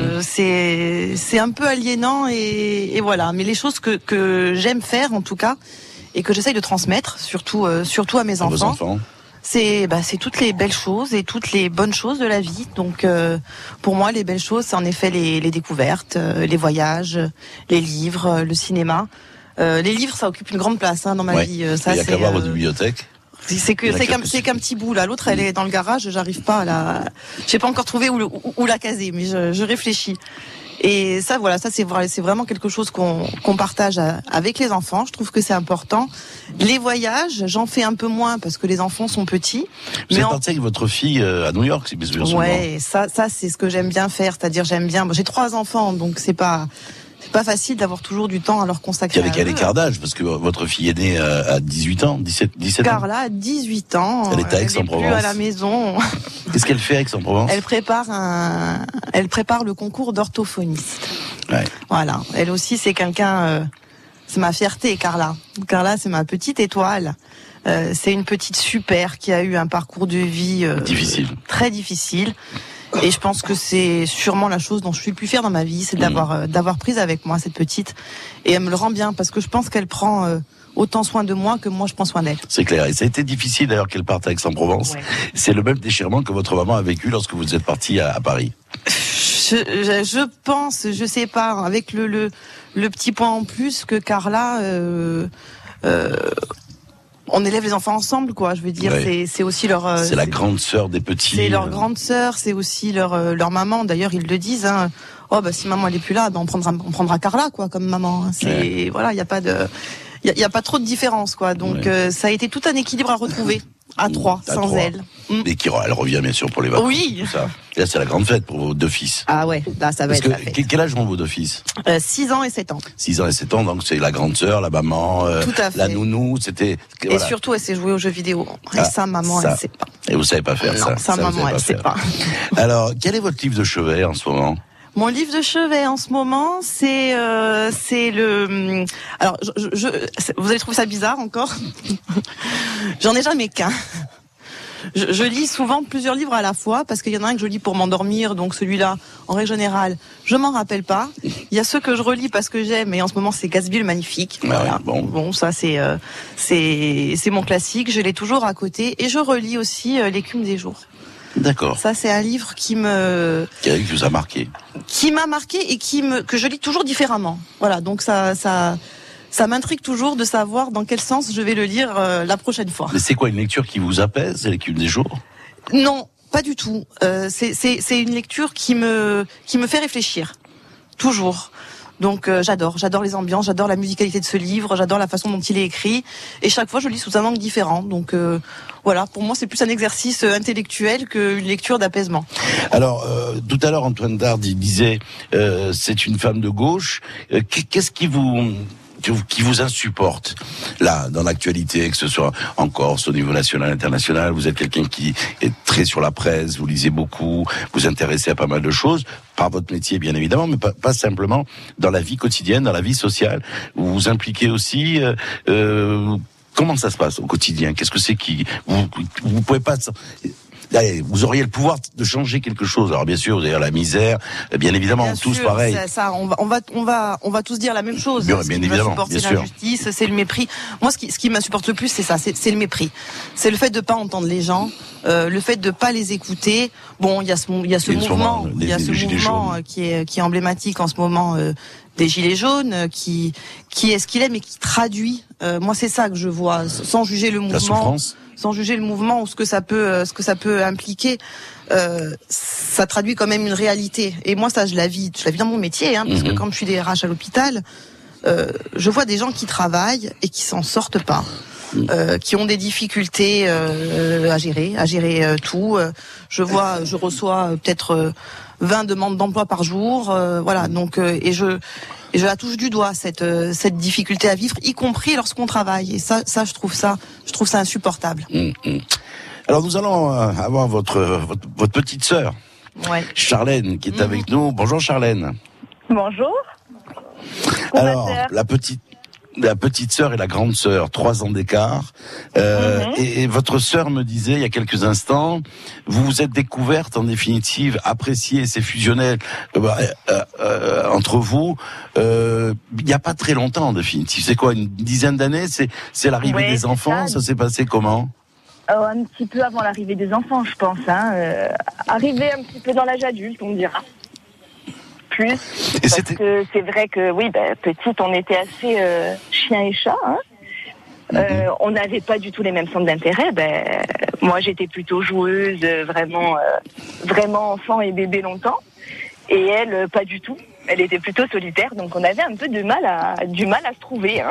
C'est un peu aliénant et voilà. Mais les choses que j'aime faire, en tout cas, et que j'essaye de transmettre, surtout à mes enfants. Vos enfants. C'est toutes les belles choses et toutes les bonnes choses de la vie. Donc, pour moi, les belles choses, c'est en effet les découvertes, les voyages, les livres, le cinéma. Les livres, ça occupe une grande place dans ma vie. Ça, il y a qu'à voir votre bibliothèque. C'est qu'un petit bout là. L'autre, elle est dans le garage. J'arrive pas à la. J'ai pas encore trouvé où la caser, mais je réfléchis. Et ça, voilà, c'est vraiment quelque chose qu'on partage avec les enfants. Je trouve que c'est important. Les voyages, j'en fais un peu moins parce que les enfants sont petits. Vous êtes parti avec votre fille à New York, si bien sûr. Ouais, ça, c'est ce que j'aime bien faire. C'est-à-dire, j'ai 3 enfants, donc c'est pas facile d'avoir toujours du temps à leur consacrer. Avec quel écart d'âge? Parce que votre fille est née à 18 ans, 17 ans. Carla a 18 ans. Elle est à Aix-en-Provence. Elle est plus à la maison. Qu'est-ce qu'elle fait à Aix-en-Provence? Elle prépare le concours d'orthophoniste. Ouais. Voilà. Elle aussi, c'est quelqu'un, c'est ma fierté, Carla. Carla, c'est ma petite étoile. C'est une petite super qui a eu un parcours de vie difficile. Très difficile. Et je pense que c'est sûrement la chose dont je suis le plus fière dans ma vie, c'est d'avoir prise avec moi cette petite. Et elle me le rend bien parce que je pense qu'elle prend autant soin de moi que moi je prends soin d'elle. C'est clair. Et ça a été difficile d'ailleurs qu'elle parte à Aix-en-Provence. Ouais. C'est le même déchirement que votre maman a vécu lorsque vous êtes parti à Paris. Je pense, je sais pas, avec le petit point en plus que Carla. On élève les enfants ensemble, quoi. Je veux dire, ouais. C'est aussi leur. C'est la grande sœur des petits. C'est leur grande sœur, c'est aussi leur maman. D'ailleurs, ils le disent. Oh si maman elle est plus là, on prendra Carla, quoi, comme maman. C'est voilà, il y a pas trop de différence, quoi. Donc ça a été tout un équilibre à retrouver. À 3, sans elle. Et elle revient bien sûr pour les vacances. Oui. Tout ça. Là, c'est la grande fête pour vos 2 fils. Ah ouais, là, ça va être la fête. Quel âge ont vos 2 fils? 6 ans et 7 ans. 6 ans et 7 ans, donc c'est la grande sœur, la maman, la nounou, c'était... Et surtout, elle s'est jouée aux jeux vidéo. Et ça, maman, elle sait pas. Et vous savez pas faire ça? Non, ça maman, elle sait pas. Alors, quel est votre livre de chevet en ce moment? Mon livre de chevet en ce moment, c'est le. Alors, vous allez trouver ça bizarre encore. J'en ai jamais qu'un. Je lis souvent plusieurs livres à la fois parce qu'il y en a un que je lis pour m'endormir, donc celui-là, en règle générale, je m'en rappelle pas. Il y a ceux que je relis parce que j'aime, et en ce moment c'est Gatsby le Magnifique. Voilà. Bon, ça c'est mon classique. Je l'ai toujours à côté, et je relis aussi L'écume des jours. D'accord. Ça, c'est un livre qui vous a marqué. Qui m'a marqué et que je lis toujours différemment. Voilà. Donc ça m'intrigue toujours de savoir dans quel sens je vais le lire la prochaine fois. Mais c'est quoi, une lecture qui vous apaise, L'écume des jours? Non, pas du tout. C'est une lecture qui me fait réfléchir. Toujours. Donc j'adore les ambiances, j'adore la musicalité de ce livre, j'adore la façon dont il est écrit, et chaque fois je lis sous un angle différent. Donc voilà, pour moi c'est plus un exercice intellectuel qu'une lecture d'apaisement. Alors tout à l'heure Antoine Tardy disait c'est une femme de gauche. Qu'est-ce qui vous insupporte là dans l'actualité, que ce soit en Corse, au niveau national, international? Vous êtes quelqu'un qui est très sur la presse, vous lisez beaucoup, vous intéressez à pas mal de choses, par votre métier bien évidemment, mais pas simplement dans la vie quotidienne, dans la vie sociale. Vous vous impliquez aussi. Comment ça se passe au quotidien? Qu'est-ce que c'est qui vous pouvez pas? allez, vous auriez le pouvoir de changer quelque chose. Alors bien sûr, vous avez la misère, bien évidemment, bien tous sûr, pareil. On va tous dire la même chose. Bien Ce qui évidemment, m'insupporte, bien c'est sûr. l'injustice, c'est le mépris. Moi, ce qui m'insupporte le plus, c'est ça, c'est le mépris. C'est le fait de pas entendre les gens, le fait de pas les écouter. Bon, il y a ce mouvement qui est emblématique en ce moment des Gilets jaunes, qui est ce qu'il est, mais qui traduit. Moi, c'est ça que je vois, sans juger le mouvement. La souffrance. Sans juger le mouvement ou ce que ça peut impliquer, ça traduit quand même une réalité. Et moi, ça, je la vis dans mon métier, parce que quand je suis DRH à l'hôpital, je vois des gens qui travaillent et qui s'en sortent pas, qui ont des difficultés à gérer tout. Je reçois peut-être 20 demandes d'emploi par jour, voilà. Donc, et je la touche du doigt cette difficulté à vivre, y compris lorsqu'on travaille. Et ça, je trouve ça insupportable. Alors nous allons avoir votre petite sœur, Charlène, qui est avec nous. Bonjour Charlène. Bonjour. Alors la petite sœur et la grande sœur, 3 ans d'écart. Et votre sœur me disait il y a quelques instants, vous vous êtes découverte en définitive, appréciée, c'est fusionnel entre vous. Il n'y a pas très longtemps en définitive. C'est quoi, une dizaine d'années? C'est l'arrivée des enfants. Ça s'est passé comment? Un petit peu avant l'arrivée des enfants, je pense. Arrivé un petit peu dans l'âge adulte, on dira. Plus. Parce que c'est vrai que, oui, petite, on était assez chien et chat. On n'avait pas du tout les mêmes centres d'intérêt. Moi, j'étais plutôt joueuse, vraiment enfant et bébé longtemps. Et elle, pas du tout. Elle était plutôt solitaire. Donc, on avait un peu du mal à se trouver.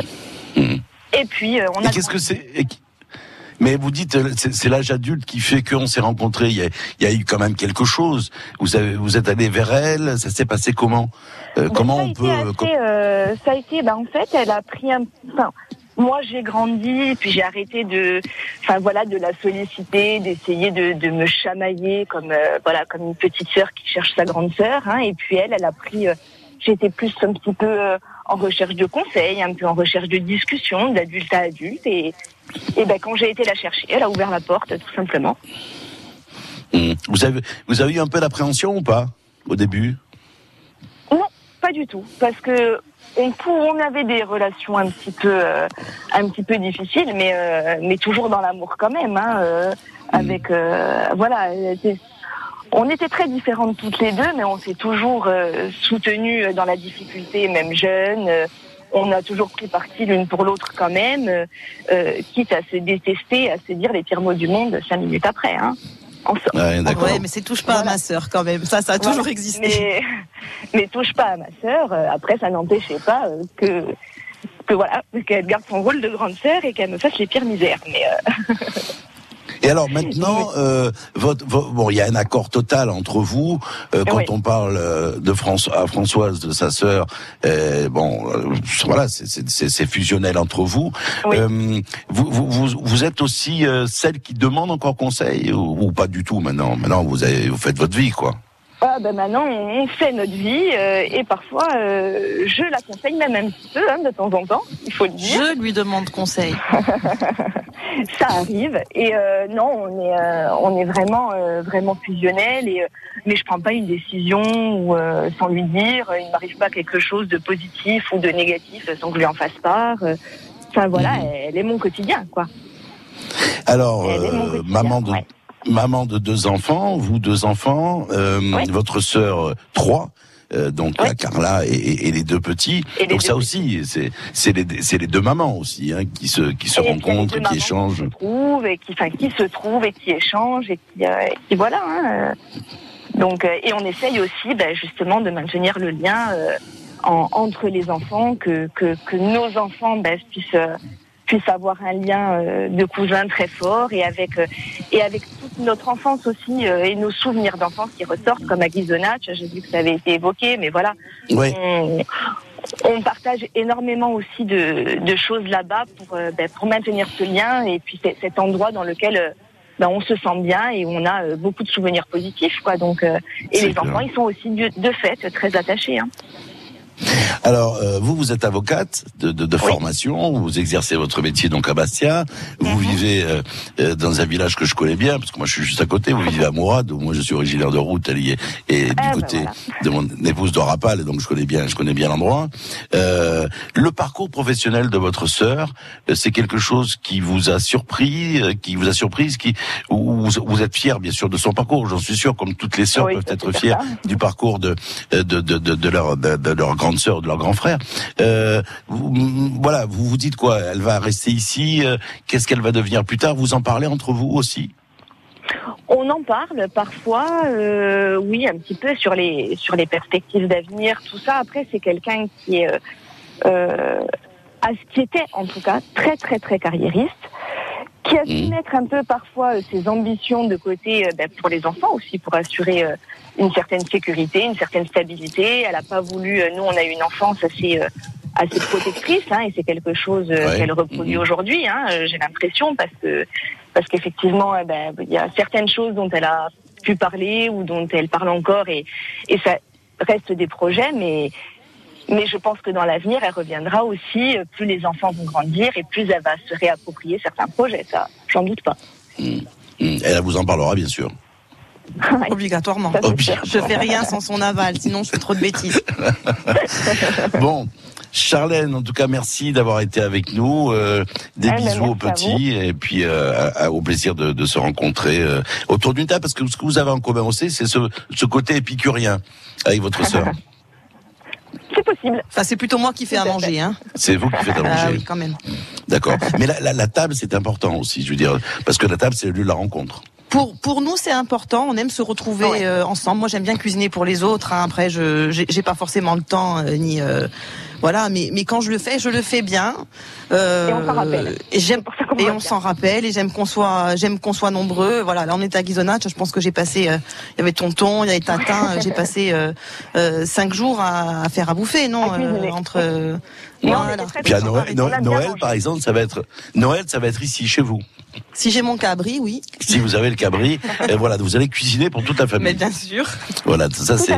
Et puis, on a... Et qu'est-ce que c'est? Mais vous dites, c'est l'âge adulte qui fait qu'on s'est rencontrés. Il y a eu quand même quelque chose. Vous êtes allé vers elle. Ça s'est passé comment? Comment on peut ça a été, en fait, elle a pris moi, j'ai grandi, puis j'ai arrêté de la solliciter, d'essayer de me chamailler comme une petite sœur qui cherche sa grande sœur. Et puis elle a pris. J'étais plus un petit peu en recherche de conseils, un peu en recherche de discussions, d'adulte à adulte. Et quand j'ai été la chercher, elle a ouvert la porte, tout simplement. Vous avez eu un peu d'appréhension ou pas, au début? Non, pas du tout. Parce que on avait des relations un petit peu difficiles, mais toujours dans l'amour quand même. Avec, on était très différentes toutes les deux, mais on s'est toujours soutenues dans la difficulté, même jeunes. On a toujours pris parti l'une pour l'autre quand même, quitte à se détester, à se dire les pires mots du monde 5 minutes après. D'accord. Ouais, mais c'est touche pas à ma sœur quand même. Ça a toujours existé. Mais touche pas à ma sœur. Après, ça n'empêchait pas qu'elle garde son rôle de grande sœur et qu'elle me fasse les pires misères. Mais Et alors maintenant, il y a un accord total entre vous. Quand on parle de Françoise, de sa sœur, c'est fusionnel entre vous. Oui. Vous êtes aussi celle qui demande encore conseil ou pas du tout maintenant? Maintenant, vous faites votre vie, quoi. Maintenant, on fait notre vie et parfois, je la conseille même un petit peu de temps en temps, il faut le dire. Je lui demande conseil. Ça arrive et non, on est vraiment fusionnel mais je prends pas une décision sans lui dire. Il ne m'arrive pas quelque chose de positif ou de négatif sans que je lui en fasse part. Elle est mon quotidien, quoi. Alors, maman de 2 enfants, vous 2 enfants, votre sœur 3, la Carla et les 2 petits. Donc ça aussi, c'est les 2 mamans aussi qui se rencontrent, qui échangent. Qui se trouvent et qui échangent et qui voilà. Donc et on essaye aussi justement de maintenir le lien entre les enfants, que nos enfants puissent avoir un lien de cousin très fort et avec toute notre enfance aussi et nos souvenirs d'enfance qui ressortent comme à Ghisonaccia. J'ai vu que ça avait été évoqué, mais voilà. Oui. On partage énormément aussi de choses là-bas pour maintenir ce lien et puis cet endroit dans lequel on se sent bien et on a beaucoup de souvenirs positifs, quoi. Donc et les enfants, ils sont aussi de fait très attachés. Alors, vous êtes avocate de formation, vous exercez votre métier donc à Bastia, vous vivez dans un village que je connais bien, parce que moi je suis juste à côté, vous vivez à Mourad, où moi je suis originaire de Route, elle y est, et du côté de mon épouse de Rapal, et donc je connais bien l'endroit. Le parcours professionnel de votre sœur, c'est quelque chose qui vous a surprise, où vous êtes fier bien sûr de son parcours, j'en suis sûr, comme toutes les sœurs peuvent être fières du parcours de leur grande sœur, de leur grand frère. Voilà, vous vous dites quoi? Elle va rester ici? Qu'est-ce qu'elle va devenir plus tard? Vous en parlez entre vous aussi? On en parle parfois, oui, un petit peu sur les perspectives d'avenir, tout ça. Après, c'est quelqu'un qui est, qui était en tout cas très très très carriériste, qui a su mettre un peu parfois ses ambitions de côté pour les enfants aussi, pour assurer une certaine sécurité, une certaine stabilité. Elle n'a pas voulu. Nous, on a eu une enfance assez protectrice, et c'est quelque chose qu'elle reproduit aujourd'hui. J'ai l'impression parce qu'effectivement, il y a certaines choses dont elle a pu parler ou dont elle parle encore, et ça reste des projets, mais je pense que dans l'avenir, elle reviendra aussi. Plus les enfants vont grandir et plus elle va se réapproprier certains projets. Ça, j'en doute pas. Elle vous en parlera, bien sûr. Obligatoirement. Je fais rien sans son aval, sinon je fais trop de bêtises. Bon, Charlène, en tout cas, merci d'avoir été avec nous. Des bisous aux petits, et puis au plaisir de se rencontrer autour d'une table, parce que ce que vous avez en commun aussi, c'est ce côté épicurien avec votre sœur. C'est possible. Enfin, c'est plutôt moi qui fais à manger. C'est vous qui faites à manger. Ah oui, quand même. D'accord. Mais la table, c'est important aussi, je veux dire, parce que la table, c'est le lieu de la rencontre. Pour nous, c'est important. On aime se retrouver ensemble. Moi, j'aime bien cuisiner pour les autres. Après, j'ai pas forcément le temps voilà. Mais quand je le fais bien. Et on s'en rappelle. Et on s'en rappelle. Et j'aime qu'on soit nombreux. Voilà. Là, on est à Ghisonaccia. Je pense que j'ai passé. Il y avait Tonton, il y avait Tintin. J'ai passé 5 jours à faire à bouffer, non entre. Voilà. Puis à Noël, par exemple, ça va être ici, chez vous. Si j'ai mon cabri, oui. Si vous avez le cabri, voilà, vous allez cuisiner pour toute la famille. Mais bien sûr. Voilà, ça c'est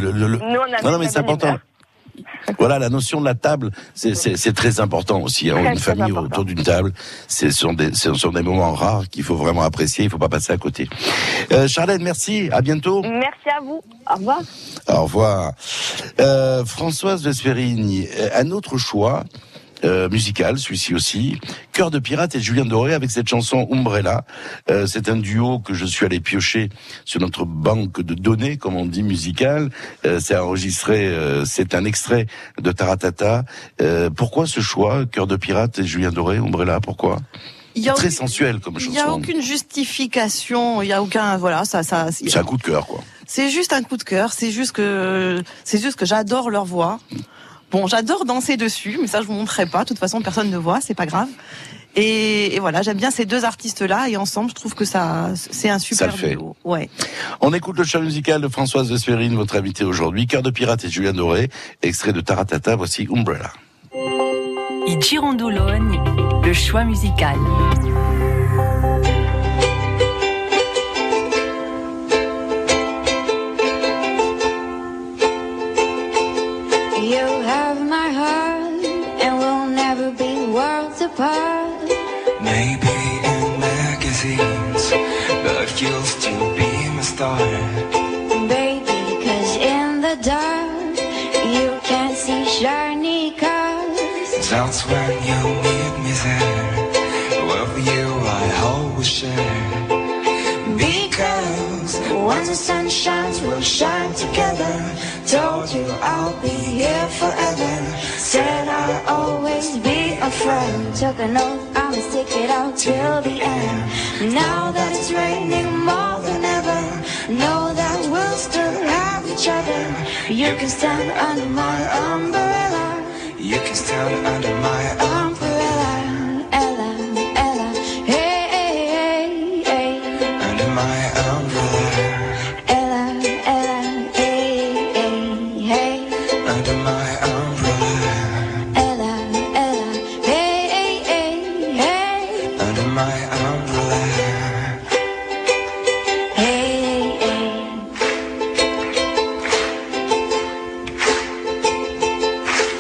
non, mais c'est important. Voilà, la notion de la table, c'est très important aussi. Une famille autour d'une table, ce sont des moments rares qu'il faut vraiment apprécier. Il faut pas passer à côté. Charlène, merci. À bientôt. Merci à vous. Au revoir. Au revoir. Françoise Vesperini, un autre choix. Musical, celui-ci aussi. Cœur de pirate et Julien Doré avec cette chanson Umbrella. C'est un duo que je suis allé piocher sur notre banque de données, comme on dit, musicale. C'est enregistré, c'est un extrait de Taratata. Pourquoi ce choix, Cœur de pirate et Julien Doré, Umbrella, pourquoi? Très sensuel comme chanson. Il n'y a aucune justification, il n'y a aucun, voilà, ça. C'est un coup de cœur, quoi. C'est juste un coup de cœur, c'est juste que j'adore leur voix. Bon, j'adore danser dessus, mais ça je vous montrerai pas. De toute façon, personne ne voit, c'est pas grave. Et voilà, j'aime bien ces deux artistes-là, et ensemble, je trouve que c'est un super duo. Ouais. On écoute le choix musical de Françoise Vesperini, votre invitée aujourd'hui. Cœur de pirate et Julien Doré, extrait de Taratata. Voici Umbrella. I Girondoloni, le choix musical. You have my heart, and we'll never be worlds apart. Maybe in magazines, but you'll still be my star. Baby, 'cause in the dark, you can't see shiny cars. That's when you need me there. With you I always share. Because when the sun shines, we'll shine together. Told you I'll be here forever. Said I'll always be a friend. Took an oath, I'ma stick it out till the end. Now that it's raining more than ever, know that we'll still have each other. You can stand under my umbrella. You can stand under my umbrella. Ella, Ella, hey, hey, hey, hey. Under my umbrella. Ella, Ella, hey, hey, hey. Under my umbrella. Ella, Ella, hey, hey, hey, hey. Under my umbrella. Hey, hey.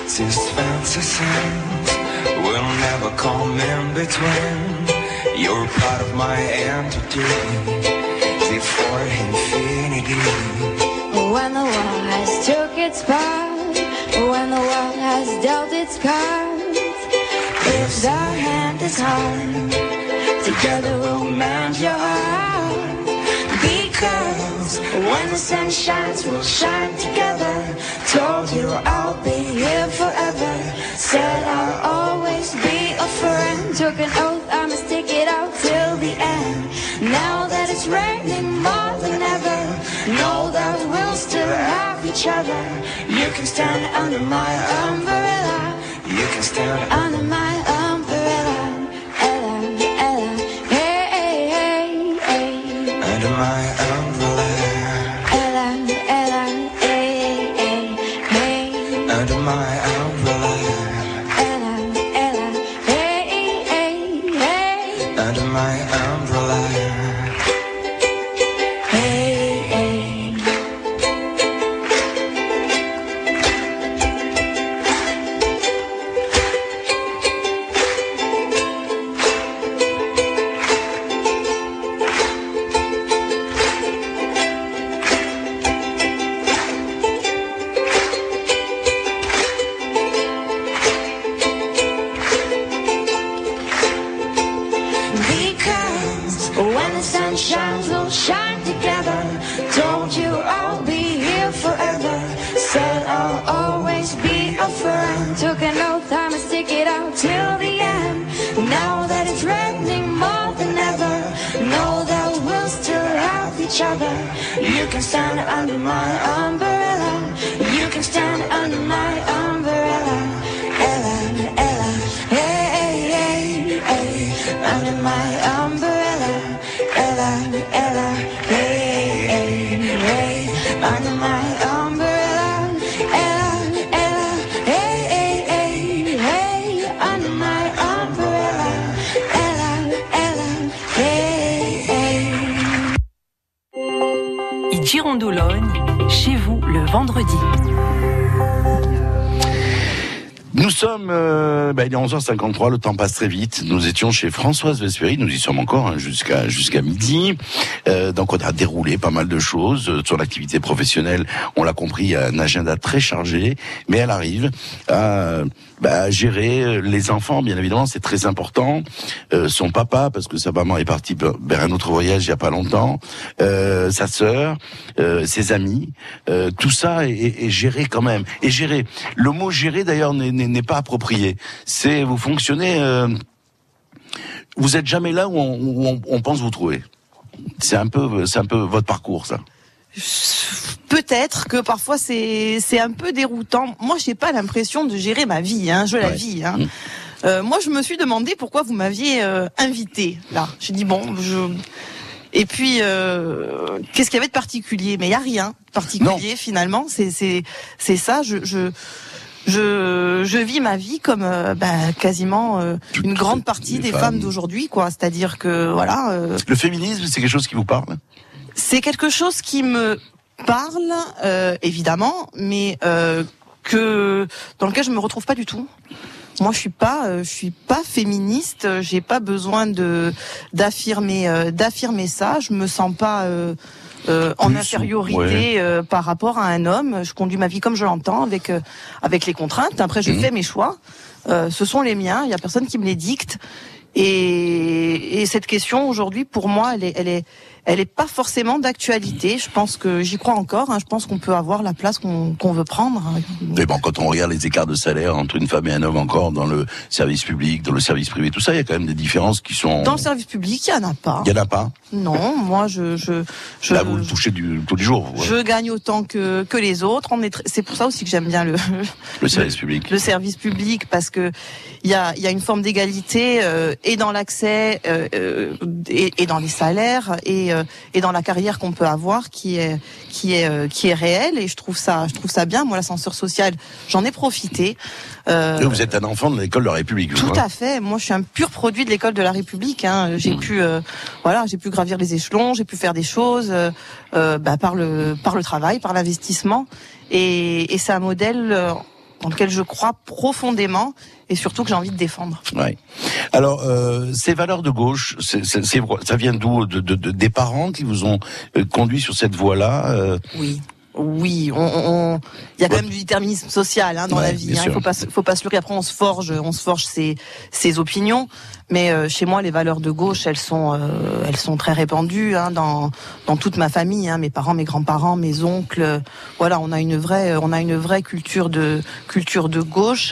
between. You're part of my entity, before infinity. When the world has took its part, when the world has dealt its cards, if the hand is hard, together we'll mend your heart. Because when the sun shines, we'll shine together. Told you I'll be here forever. Said I'll always be a friend. Took an oath, I must stick it out till the end. Now that it's raining more than ever, know that we'll still have each other. You can stand under my umbrella. You can stand under my umbrella. Ella, Ella, hey, hey, hey, hey. Under my umbrella. Ella, Ella, hey, hey, hey. Under my umbrella. Ella, Ella, hey, hey, hey. Under my umbrella. Hey, hey. Because when the sun shines, we'll shine together. Told you I'll be here forever. Said I'll always be a friend. Took an oath, I must stick it out till the end. Now that it's raining more than ever, know that we'll still have each other. You can stand under my umbrella. You can stand under my umbrella. Ella, Ella, hey, hey, hey. Under my umbrella. Ella, Ella, hey, hey, hey. Under my umbrella. Ella, Ella, hey, hey, hey, hey. Under my umbrella. Ella, Ella, hey, hey. Il Girondologne, chez vous le vendredi. Nous sommes, il est 11h53, le temps passe très vite. Nous étions chez Françoise Vespéry, nous y sommes encore jusqu'à midi. Donc on a déroulé pas mal de choses. Son activité professionnelle, on l'a compris, un agenda très chargé, mais elle arrive à gérer les enfants, bien évidemment, c'est très important. Son papa, parce que sa maman est partie vers un autre voyage il y a pas longtemps. Sa sœur, ses amis, tout ça est géré quand même. Et gérer. Le mot gérer d'ailleurs n'est pas approprié. C'est vous fonctionnez. Vous êtes jamais là où on pense vous trouver. C'est un peu votre parcours, ça. Peut-être que parfois c'est un peu déroutant. Moi, j'ai pas l'impression de gérer ma vie, je la vis. Moi, je me suis demandé pourquoi vous m'aviez invité là. J'ai dit et puis qu'est-ce qu'il y avait de particulier? Mais il y a rien de particulier finalement. C'est ça. Je vis ma vie comme quasiment une grande partie des femmes d'aujourd'hui, quoi. C'est-à-dire que voilà. Le féminisme, c'est quelque chose qui vous parle? C'est quelque chose qui me parle, évidemment, mais dans lequel je me retrouve pas du tout. Moi, je suis pas féministe. J'ai pas besoin d'affirmer ça. Je me sens pas en infériorité par rapport à un homme. Je conduis ma vie comme je l'entends, avec les contraintes. Après, je fais mes choix. Ce sont les miens. Il y a personne qui me les dicte. Et cette question aujourd'hui, pour moi, elle est pas forcément d'actualité. Je pense que j'y crois encore. Je pense qu'on peut avoir la place qu'on veut prendre. Mais bon, quand on regarde les écarts de salaire entre une femme et un homme encore dans le service public, dans le service privé, tout ça, il y a quand même des différences qui sont. Dans le service public, il y en a pas. Il y en a pas. Non, moi Là, vous le touchez tous les jours. Ouais. Je gagne autant que les autres. C'est pour ça aussi que j'aime bien le service public. Le service public, parce que il y a une forme d'égalité et dans l'accès et dans les salaires et dans la carrière qu'on peut avoir qui est réelle, et je trouve ça bien. Moi, l'ascenseur social, j'en ai profité. Vous êtes un enfant de l'école de la République. Tout à fait. Moi, je suis un pur produit de l'école de la République. J'ai pu gravir les échelons, j'ai pu faire des choses par le travail, par l'investissement, et c'est un modèle dans lequel je crois profondément et surtout que j'ai envie de défendre. Ouais. Alors, ces valeurs de gauche, ça vient d'où? Des parents qui vous ont conduit sur cette voie-là? Oui, il y a quand même du déterminisme social dans la vie. Il faut pas se leurrer. Après, on se forge ses opinions. Mais chez moi, les valeurs de gauche, elles sont très répandues dans toute ma famille. Mes parents, mes grands-parents, mes oncles. Voilà, on a une vraie culture de gauche.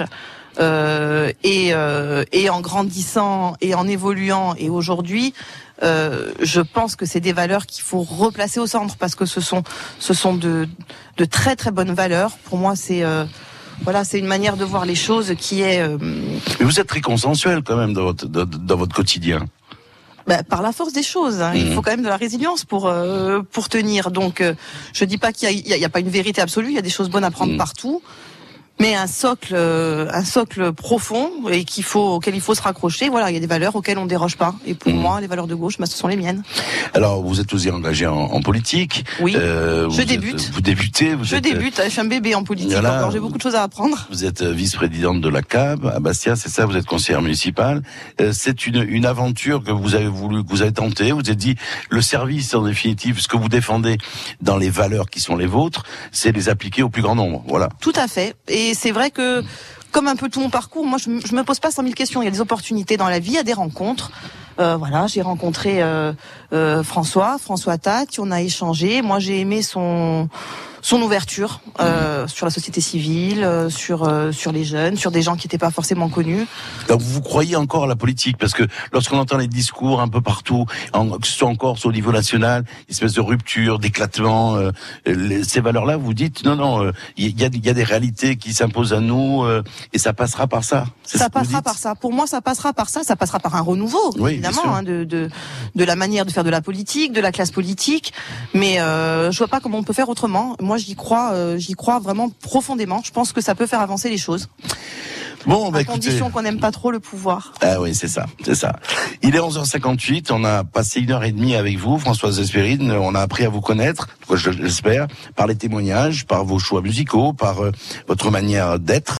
Et en grandissant et en évoluant et aujourd'hui, je pense que c'est des valeurs qu'il faut replacer au centre parce que ce sont de très très bonnes valeurs. Pour moi, c'est une manière de voir les choses qui est. Mais vous êtes très consensuel quand même dans votre quotidien. Par la force des choses, il faut quand même de la résilience pour tenir. Donc, je dis pas qu'il y a pas une vérité absolue. Il y a des choses bonnes à prendre partout. Mais un socle profond et auquel il faut se raccrocher. Voilà, il y a des valeurs auxquelles on déroge pas. Et pour moi, les valeurs de gauche, ce sont les miennes. Alors, vous êtes aussi engagé en politique. Oui. Je débute. Vous débutez. Je débute. Je suis un bébé en politique. Encore, j'ai beaucoup de choses à apprendre. Vous êtes vice-présidente de la CAB à Bastia, c'est ça. Vous êtes conseillère municipale. C'est une aventure que vous avez tentée. Vous êtes dit, le service en définitive, ce que vous défendez dans les valeurs qui sont les vôtres, c'est les appliquer au plus grand nombre. Voilà. Tout à fait. Et c'est vrai que, comme un peu tout mon parcours, moi je me pose pas 100 000 questions. Il y a des opportunités dans la vie, il y a des rencontres. J'ai rencontré François Tat, on a échangé. Moi j'ai aimé son ouverture sur la société civile, sur les jeunes, sur des gens qui n'étaient pas forcément connus. Donc vous croyez encore à la politique? Parce que lorsqu'on entend les discours un peu partout, que ce soit en Corse au niveau national, une espèce de rupture, d'éclatement, ces valeurs-là, vous dites non, il y a des réalités qui s'imposent à nous et ça passera par ça. Ça passera par ça. Pour moi, ça passera par ça. Ça passera par un renouveau, évidemment, de la manière de faire de la politique, de la classe politique. Mais je vois pas comment on peut faire autrement. Moi, j'y crois vraiment profondément. Je pense que ça peut faire avancer les choses. Bon, à condition qu'on n'aime pas trop le pouvoir. Ah oui, c'est ça. Il est 11h58, on a passé 1h30 avec vous, Françoise Vespérine. On a appris à vous connaître, je l'espère, par les témoignages, par vos choix musicaux, par votre manière d'être.